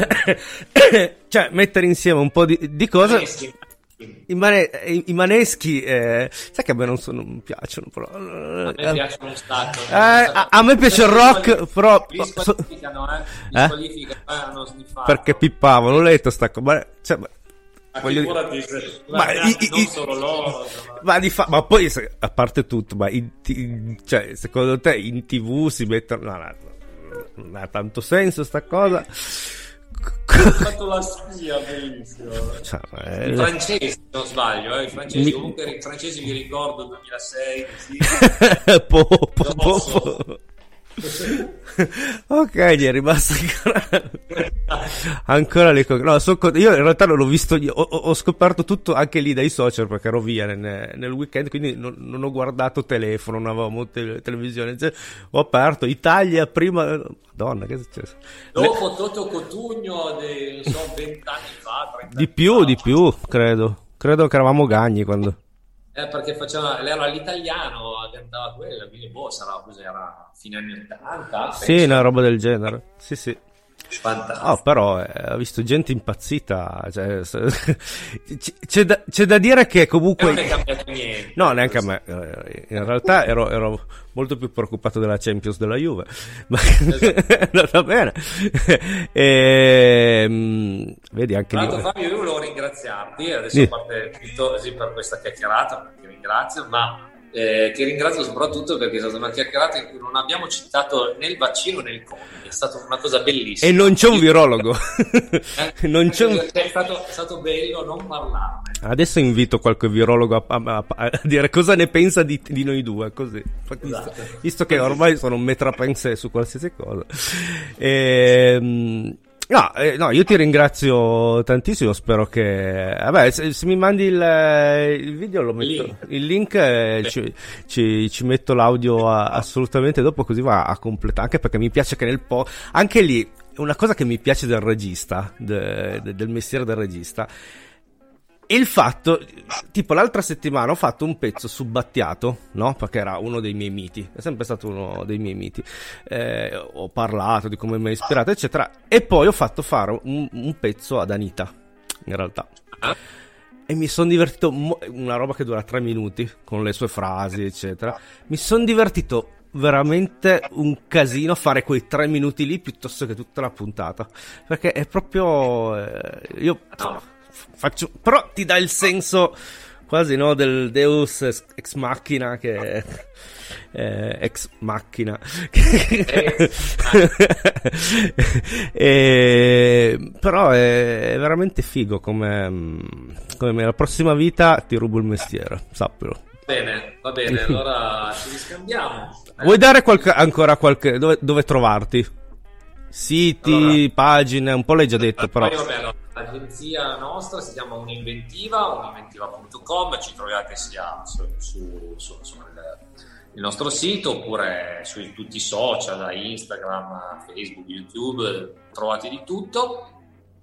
Cioè, mettere insieme un po' di, di cose. I, mane- i maneschi, eh, sai che a me non, so, non mi piacciono, però. A me eh, piacciono un sacco. Eh, a, a me piace il rock, però. Li squalificano, eh? Li squalificano, eh? Non sniffato. Perché pippavo, l'ho letto sta cosa. Ma, cioè, ma, ma voglio dire, ma, ma i, non i, solo loro. Ma, ma, di fa- ma poi, se, a parte tutto, ma in, in, cioè, secondo te in tivù si mettono. No, no, non ha tanto senso sta cosa. Ho fatto la spia, benissimo. Cioè, eh... I francesi, se non sbaglio, eh, i francesi, Mi... comunque i francesi vi ricordo duemilasei, così. po, po, po, po. Ok, gli è rimasto ancora ancora lì. No, so, io in realtà non l'ho visto, ho, ho scoperto tutto anche lì dai social, perché ero via nel, nel weekend, quindi non, non ho guardato telefono, non avevamo te, televisione, cioè, ho aperto Italia prima. Madonna, che è successo? Dopo Le... Toto Cotugno di, non so, vent'anni fa, trenta di più, fa, di più, credo credo che eravamo Gagni quando Eh, perché faceva, era l'italiano, cantava quella, quindi boh, sarà, cos'era, fine anni ottanta? Sì, una roba del genere, sì sì. Fantastico. Oh, però eh, ho visto gente impazzita, cioè, c'è, da, c'è da dire che comunque non è cambiato niente. No, neanche a me, in realtà ero, ero molto più preoccupato della Champions della Juve, ma esatto. È andata bene. E, mh, vedi anche Tra lì. l'altro Fabio, io volevo ringraziarti adesso, sì. A parte tutto così per questa chiacchierata, ti ringrazio, ma Eh, ti ringrazio soprattutto perché è stata una chiacchierata in cui non abbiamo citato né il vaccino né il Covid, è stata una cosa bellissima. E non c'è un virologo. Eh? non c'è un... È stato, è stato bello non parlarne. Adesso invito qualche virologo a, a, a dire cosa ne pensa di, di noi due, così. Esatto. Visto, visto che ormai sono un metrapense su qualsiasi cosa. E, No, eh, no, io ti ringrazio tantissimo, spero che... Vabbè, se, se mi mandi il, il video lo metto... Link. Il link eh, ci, ci, ci metto l'audio a, assolutamente dopo, così va a completare, anche perché mi piace che nel po'... Anche lì, una cosa che mi piace del regista, de, de, del mestiere del regista, il fatto, tipo l'altra settimana ho fatto un pezzo su Battiato, no? Perché era uno dei miei miti, è sempre stato uno dei miei miti. Eh, ho parlato di come mi ha ispirato, eccetera. E poi ho fatto fare un, un pezzo ad Anita, in realtà. E mi sono divertito, mo- una roba che dura tre minuti, con le sue frasi, eccetera. Mi sono divertito veramente un casino fare quei tre minuti lì piuttosto che tutta la puntata. Perché è proprio... Eh, io... Faccio, però ti dà il senso quasi, no, del Deus ex machina, che eh, ex machina e, però è veramente figo come, come la prossima vita ti rubo il mestiere, sappilo. Bene, va bene, allora ci riscambiamo. Vuoi dare qualche, ancora qualche dove, dove trovarti? Siti, allora, pagine, un po' l'hai già detto, però. Poi, vabbè, allora, l'agenzia nostra si chiama Uninventiva, uninventiva punto com, ci trovate sia su, su, su, su il, il nostro sito oppure su tutti i social, Instagram, Facebook, YouTube, trovate di tutto.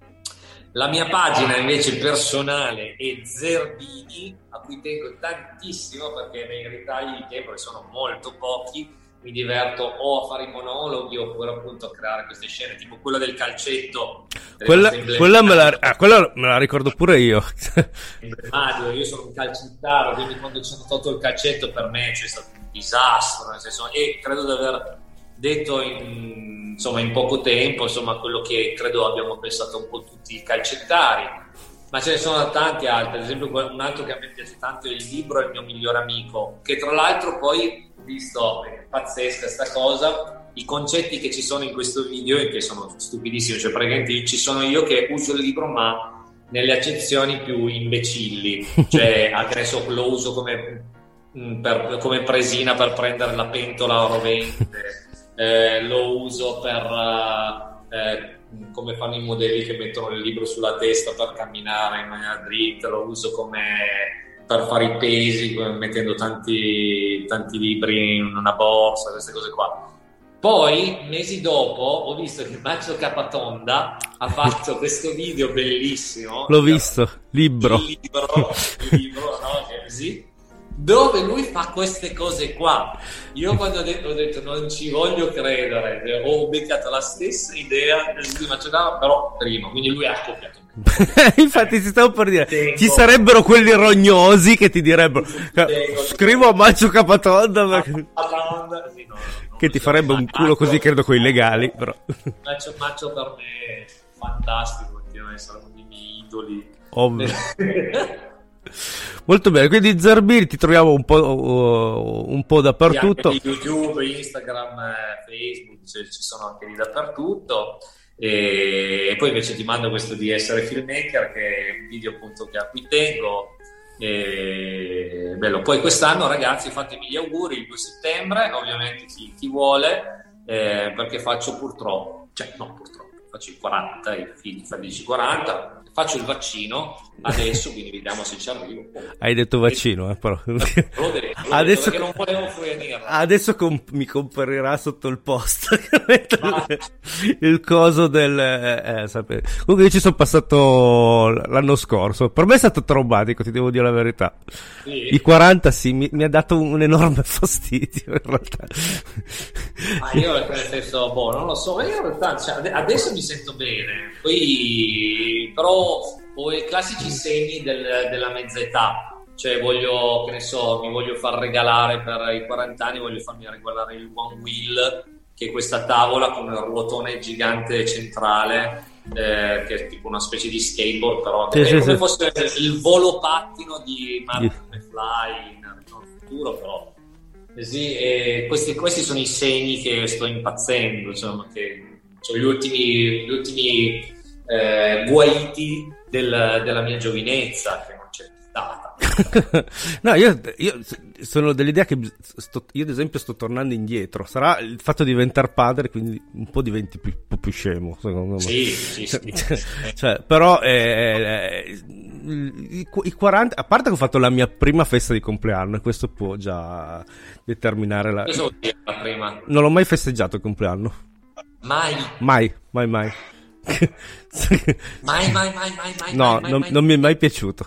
La mia pagina invece personale è Zerbini, a cui tengo tantissimo perché nei ritagli di tempo, che sono molto pochi, mi diverto o a fare i monologhi oppure appunto a creare queste scene, tipo quella del calcetto. Quella, quella, me la, ah, quella me la ricordo pure io. Mario, io sono un calcittaro, quindi quando ci hanno tolto il calcetto per me c'è stato un disastro, nel senso, e credo di aver detto in, insomma, in poco tempo, insomma, quello che credo abbiamo pensato un po' tutti i calcettari. Ma ce ne sono tanti altri, ad esempio un altro che a me piace tanto è Il libro è il mio migliore amico, che tra l'altro poi visto, è pazzesca sta cosa, i concetti che ci sono in questo video e che sono stupidissimi, cioè praticamente ci sono io che uso il libro ma nelle accezioni più imbecilli, cioè adesso lo uso come, per, come presina per prendere la pentola rovente, eh, lo uso per eh, come fanno i modelli che mettono il libro sulla testa per camminare in maniera dritta, lo uso come per fare i pesi mettendo tanti, tanti libri in una borsa, queste cose qua. Poi mesi dopo ho visto che Macio Capatonda ha fatto questo video bellissimo, l'ho visto, libro il libro, il libro no? Così, dove lui fa queste cose qua. Io quando ho detto, ho detto non ci voglio credere, ho beccato la stessa idea di Macio Capatonda, però prima, quindi lui ha copiato. Infatti ti stavo per dire, tengo. Ci sarebbero quelli rognosi che ti direbbero tengo, scrivo a Macio Capatonda perché... Capatonda, sì, no, no, che ti farebbe un culo così, credo, coi legali, però Macio, Macio per me è fantastico, continua a essere uno dei miei idoli. Ovvio. Molto bene, quindi Zerbini ti troviamo un po', uh, un po' dappertutto, sì, YouTube, Instagram, Facebook, cioè, ci sono anche lì dappertutto. E poi invece ti mando questo di essere filmmaker, che è un video appunto che a cui tengo, e bello. Poi quest'anno, ragazzi, fatemi gli auguri il due settembre, ovviamente chi, chi vuole, eh, perché faccio purtroppo, cioè no purtroppo, faccio il quaranta, i figli fa dieci quaranta, faccio il vaccino adesso, quindi vediamo se ci arrivo. Hai detto vaccino, eh, però. Lo detto, lo adesso detto, non volevo finire. Adesso comp- mi comparirà sotto il post il, il coso del eh, eh, sapete. Comunque io ci sono passato l'anno scorso, per me è stato traumatico, ti devo dire la verità. Sì. I quaranta sì, mi, mi ha dato un enorme fastidio in realtà. Ah, io nel senso, boh, non lo so, io in realtà, cioè, adesso mi sento bene. Poi, però, ho i classici segni del, della mezza età. Cioè voglio, che ne so, mi voglio far regalare per i quaranta anni, voglio farmi regalare il One Wheel, che è questa tavola con un ruotone gigante centrale, eh, che è tipo una specie di skateboard, però sì, è sì, come sì. fosse il volo pattino di Martin McFly in Ritorno al futuro, però eh sì, e questi, questi sono i segni che sto impazzendo, insomma, che sono gli ultimi, gli ultimi eh, guaiti del, della mia giovinezza, che non c'è stata. No, io, io sono dell'idea che sto, io ad esempio sto tornando indietro. Sarà il fatto di diventare padre, quindi un po' diventi più, un po' più scemo, secondo me. Sì, sì, sì. Cioè, però eh, eh, i, i quaranta, a parte che ho fatto la mia prima festa di compleanno, e questo può già determinare la... Cosa vuol dire la prima? Non l'ho mai festeggiato il compleanno. Mai? Mai, mai, mai. mai, mai, mai, mai, mai. No, mai, mai, non, mai. non mi è mai piaciuto.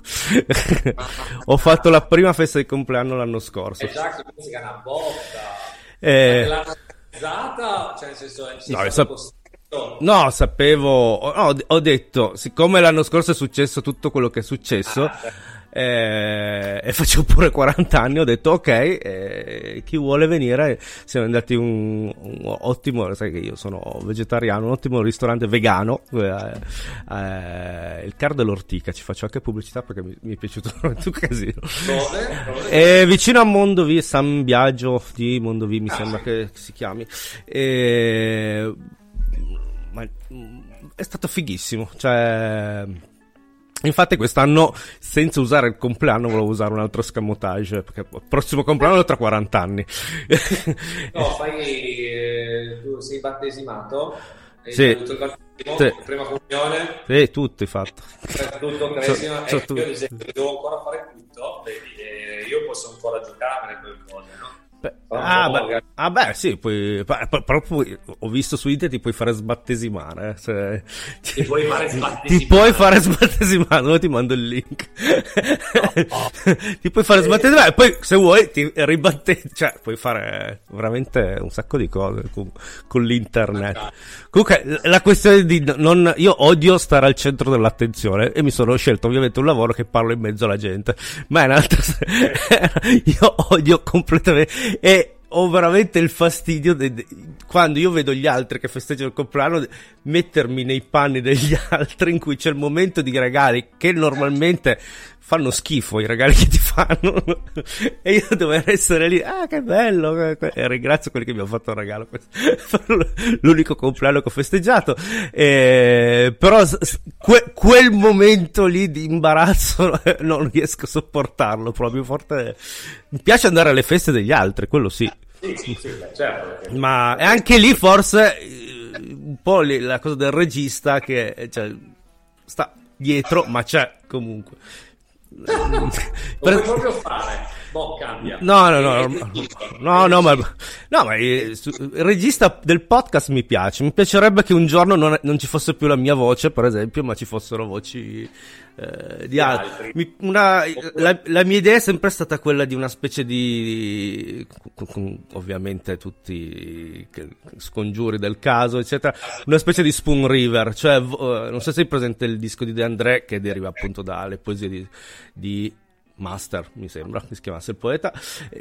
Ho fatto la prima festa di compleanno l'anno scorso. Esatto, come si chiama una botta. Eh... L'hanno organizzata, cioè nel senso, è No, stato sap- no, sapevo. No, ho detto, siccome l'anno scorso è successo tutto quello che è successo. Ah, Eh, e facevo pure quaranta anni, ho detto ok, eh, chi vuole venire, siamo andati un, un ottimo, sai che io sono vegetariano, un ottimo ristorante vegano, eh, eh, il Car dell'Ortica, ci faccio anche pubblicità perché mi, mi è piaciuto un casino. Dove? Dove? È vicino a Mondovì, San Biagio di Mondovì mi Ah, sembra sì. che si chiami, e, ma, è stato fighissimo, cioè... Infatti quest'anno, senza usare il compleanno, volevo usare un altro scamotage, perché il prossimo compleanno è tra quaranta anni. No, fai, eh, tu sei battesimato? Hai Sì. avuto il battesimo, Sì. prima comunione? Sì, tutto hai fatto. Tutto cresima, So- e so- io ad esempio devo ancora fare tutto, vedi, e io posso ancora giocarmene quelle cose, no? Beh, Però ah, un po' beh, ah beh sì, poi pa- pa- proprio ho visto su internet ti puoi fare sbattesimare, eh, cioè, Ti puoi fare ti sbattesimare. puoi fare sbattesimare, ora ti mando il link. No. Ti puoi fare sbattesimare e poi se vuoi ti ribattezzi, cioè puoi fare veramente un sacco di cose con, con l'internet. Comunque la questione di non, io odio stare al centro dell'attenzione e mi sono scelto ovviamente un lavoro che parlo in mezzo alla gente, ma in realtà io odio completamente e ho veramente il fastidio de, de, quando io vedo gli altri che festeggiano il compleanno, de, mettermi nei panni degli altri in cui c'è il momento di regali che normalmente fanno schifo, i regali che ti fanno, e io dover essere lì, ah che bello, e ringrazio quelli che mi hanno fatto un regalo, l'unico compleanno che ho festeggiato, e, però que, quel momento lì di imbarazzo non riesco a sopportarlo proprio forte. Mi piace andare alle feste degli altri, quello sì. Sì, sì, sì, certo. Ma è anche lì forse un po' lì la cosa del regista che cioè, sta dietro, ma c'è comunque. Lo puoi proprio fare, boh, cambia. No, no, no, no, no, no, ma, no, ma il, il regista del podcast mi piace. Mi piacerebbe che un giorno non, non ci fosse più la mia voce, per esempio, ma ci fossero voci eh, di altri. Mi, una, la, la mia idea è sempre stata quella di una specie di, con, con, ovviamente tutti i scongiuri del caso, eccetera, una specie di Spoon River, cioè, uh, non so se hai presente il disco di De André che deriva appunto dalle poesie di, di Master, mi sembra che si chiamasse il poeta,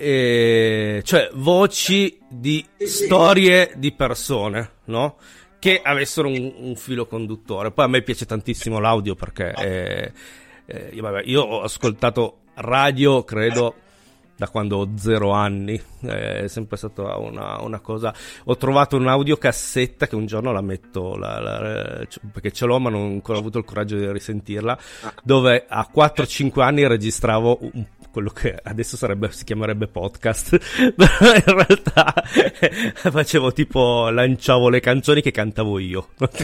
e cioè voci di storie di persone, no? Che avessero un, un filo conduttore. Poi a me piace tantissimo l'audio perché eh, eh, io, vabbè, io ho ascoltato radio, credo, da quando ho zero anni, è sempre stata una, una cosa. Ho trovato un'audiocassetta che un giorno la metto, la, la, perché ce l'ho ma non ho ancora avuto il coraggio di risentirla, dove a quattro cinque anni registravo un, quello che adesso sarebbe, si chiamerebbe podcast, però in realtà facevo tipo, lanciavo le canzoni che cantavo io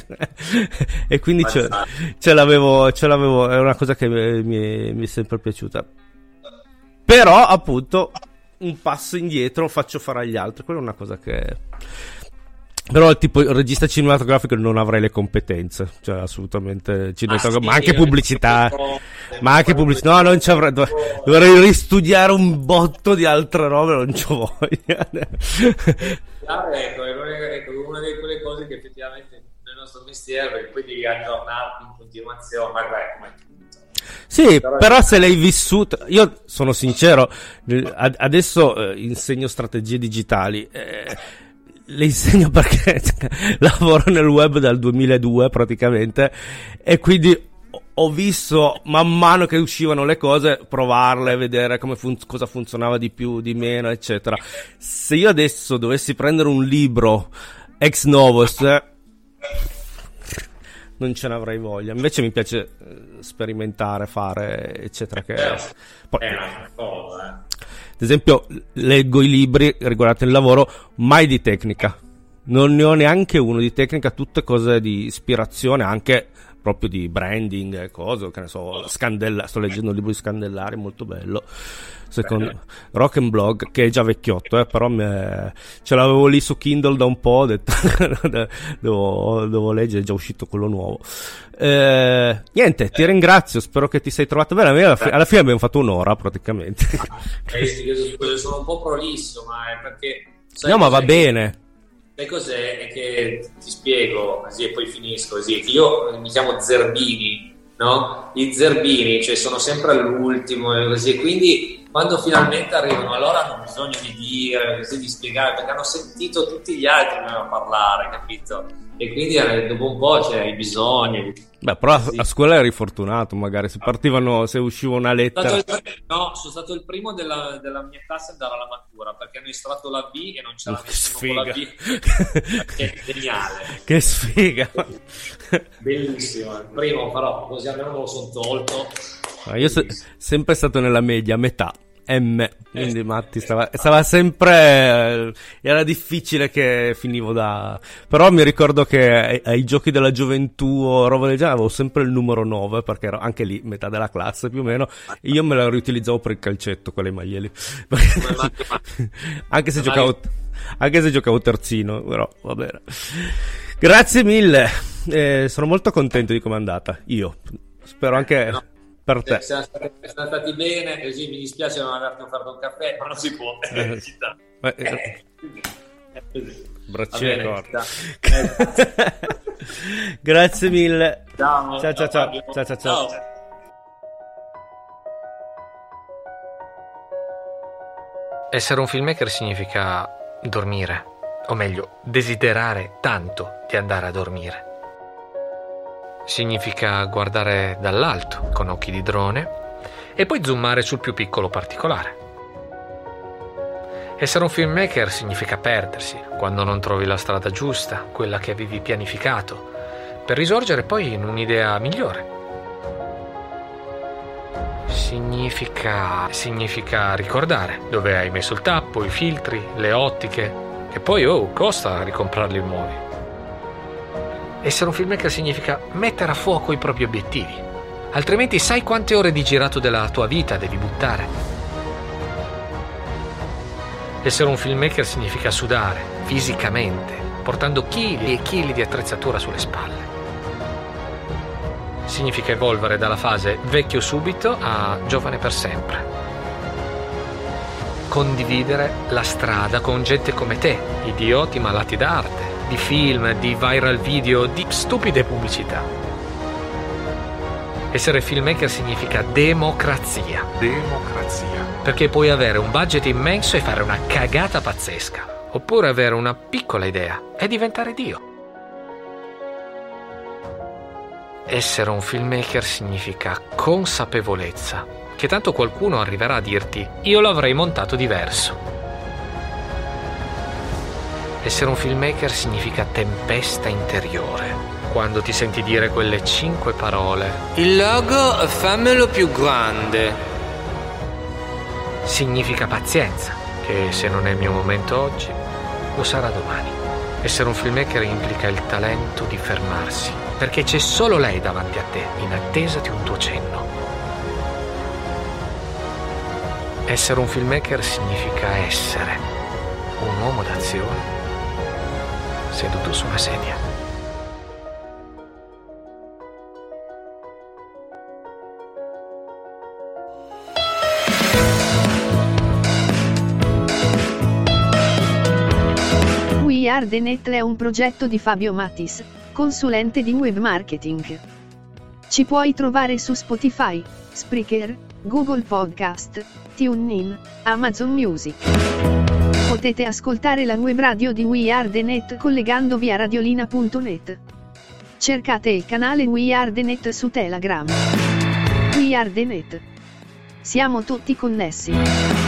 e quindi ce, ce l'avevo, ce l'avevo, è una cosa che mi, mi, mi è sempre piaciuta. Però appunto un passo indietro faccio fare agli altri, quella è una cosa che però tipo il regista cinematografico non avrei le competenze, cioè assolutamente cinematografico, ah, sì, ma anche pubblicità, ma anche pubblicità, no, non ci avrei, dovrei ristudiare un botto di altre robe, non c'ho voglia. Ecco, ecco, una di quelle cose che effettivamente nel nostro mestiere, perché poi devi aggiornarti in continuazione, ma vai, come tutto. Sì, però, però se l'hai vissuto, io sono sincero, adesso eh, insegno strategie digitali, eh, le insegno perché lavoro nel web dal duemiladue praticamente, e quindi ho visto man mano che uscivano le cose, provarle, vedere come fun- cosa funzionava di più, di meno, eccetera. Se io adesso dovessi prendere un libro ex novos, eh, non ce ne avrei voglia. Invece mi piace eh, sperimentare, fare, eccetera. Che poi, è una cosa, eh. Ad esempio, leggo i libri riguardanti il lavoro, mai di tecnica. Non ne ho neanche uno di tecnica, tutte cose di ispirazione, anche proprio di branding, cose, che ne so, Scandella, sto leggendo un libro di Scandellari, molto bello, secondo Rock and Blog, che è già vecchiotto, eh, però me... ce l'avevo lì su Kindle da un po', ho detto devo, devo leggere, è già uscito quello nuovo. Eh, niente, ti ringrazio, spero che ti sei trovato bene. Alla, fi- alla fine abbiamo fatto un'ora praticamente. Eh, io sono un po' prolisso, ma è perché... No, ma va bene. Sai cos'è? È che ti spiego così e poi finisco così. Io mi chiamo Zerbini, no? I Zerbini, cioè sono sempre all'ultimo e così, quindi quando finalmente arrivano allora hanno bisogno di dire, così, di spiegare, perché hanno sentito tutti gli altri parlare, capito? E quindi dopo un po' c'è i bisogni. Beh, però a, a scuola eri fortunato, magari se partivano, se usciva una lettera. Sono stato il, no, sono stato il primo della, della mia classe ad andare alla matura, perché hanno estratto la B e non c'era nessuno con la B. Che geniale. Che sfiga. Bellissimo, il primo, però così almeno me lo sono tolto. Ma io sono sempre stato nella media, metà. M, quindi Matti stava, stava sempre, era difficile che finivo da, però mi ricordo che ai, ai giochi della gioventù o roba del genere avevo sempre il numero nove, perché ero anche lì metà della classe più o meno, e io me la riutilizzavo per il calcetto, quelle maglie lì. anche se giocavo anche se giocavo terzino, però va bene. Grazie mille, eh, sono molto contento di come è andata, io spero anche no. Per te. Siamo stati, siamo stati bene, così mi dispiace non averti offerto un caffè, ma non si può. Eh, eh, eh, braccino corto. Grazie mille. Ciao, ciao, ciao, ciao, ciao, ciao, ciao. Essere un filmmaker significa dormire, o meglio, desiderare tanto di andare a dormire. Significa guardare dall'alto con occhi di drone e poi zoomare sul più piccolo particolare. Essere un filmmaker significa perdersi quando non trovi la strada giusta, quella che avevi pianificato, per risorgere poi in un'idea migliore. Significa, significa ricordare dove hai messo il tappo, i filtri, le ottiche, che poi oh, costa ricomprarli nuovi. Essere un filmmaker significa mettere a fuoco i propri obiettivi, altrimenti sai quante ore di girato della tua vita devi buttare. Essere un filmmaker significa sudare fisicamente, portando chili e chili di attrezzatura sulle spalle. Significa evolvere dalla fase vecchio subito a giovane per sempre. Condividere la strada con gente come te, idioti malati d'arte, di film, di viral video, di stupide pubblicità. Essere filmmaker significa democrazia. Democrazia. Perché puoi avere un budget immenso e fare una cagata pazzesca, oppure avere una piccola idea e diventare Dio. Essere un filmmaker significa consapevolezza, che tanto qualcuno arriverà a dirti io l'avrei montato diverso. Essere un filmmaker significa tempesta interiore, quando ti senti dire quelle cinque parole. Il logo fammelo più grande. Significa pazienza, che se non è il mio momento oggi, lo sarà domani. Essere un filmmaker implica il talento di fermarsi, perché c'è solo lei davanti a te, in attesa di un tuo cenno. Essere un filmmaker significa essere un uomo d'azione seduto su una sedia. We Are The Net è un progetto di Fabio Mattis. consulente di web marketing. Ci puoi trovare su Spotify, Spreaker, Google Podcast, TuneIn, Amazon Music. Potete ascoltare la web radio di We Are The Net collegandovi a radiolina punto net. Cercate il canale We Are The Net su Telegram. We Are The Net. Siamo tutti connessi.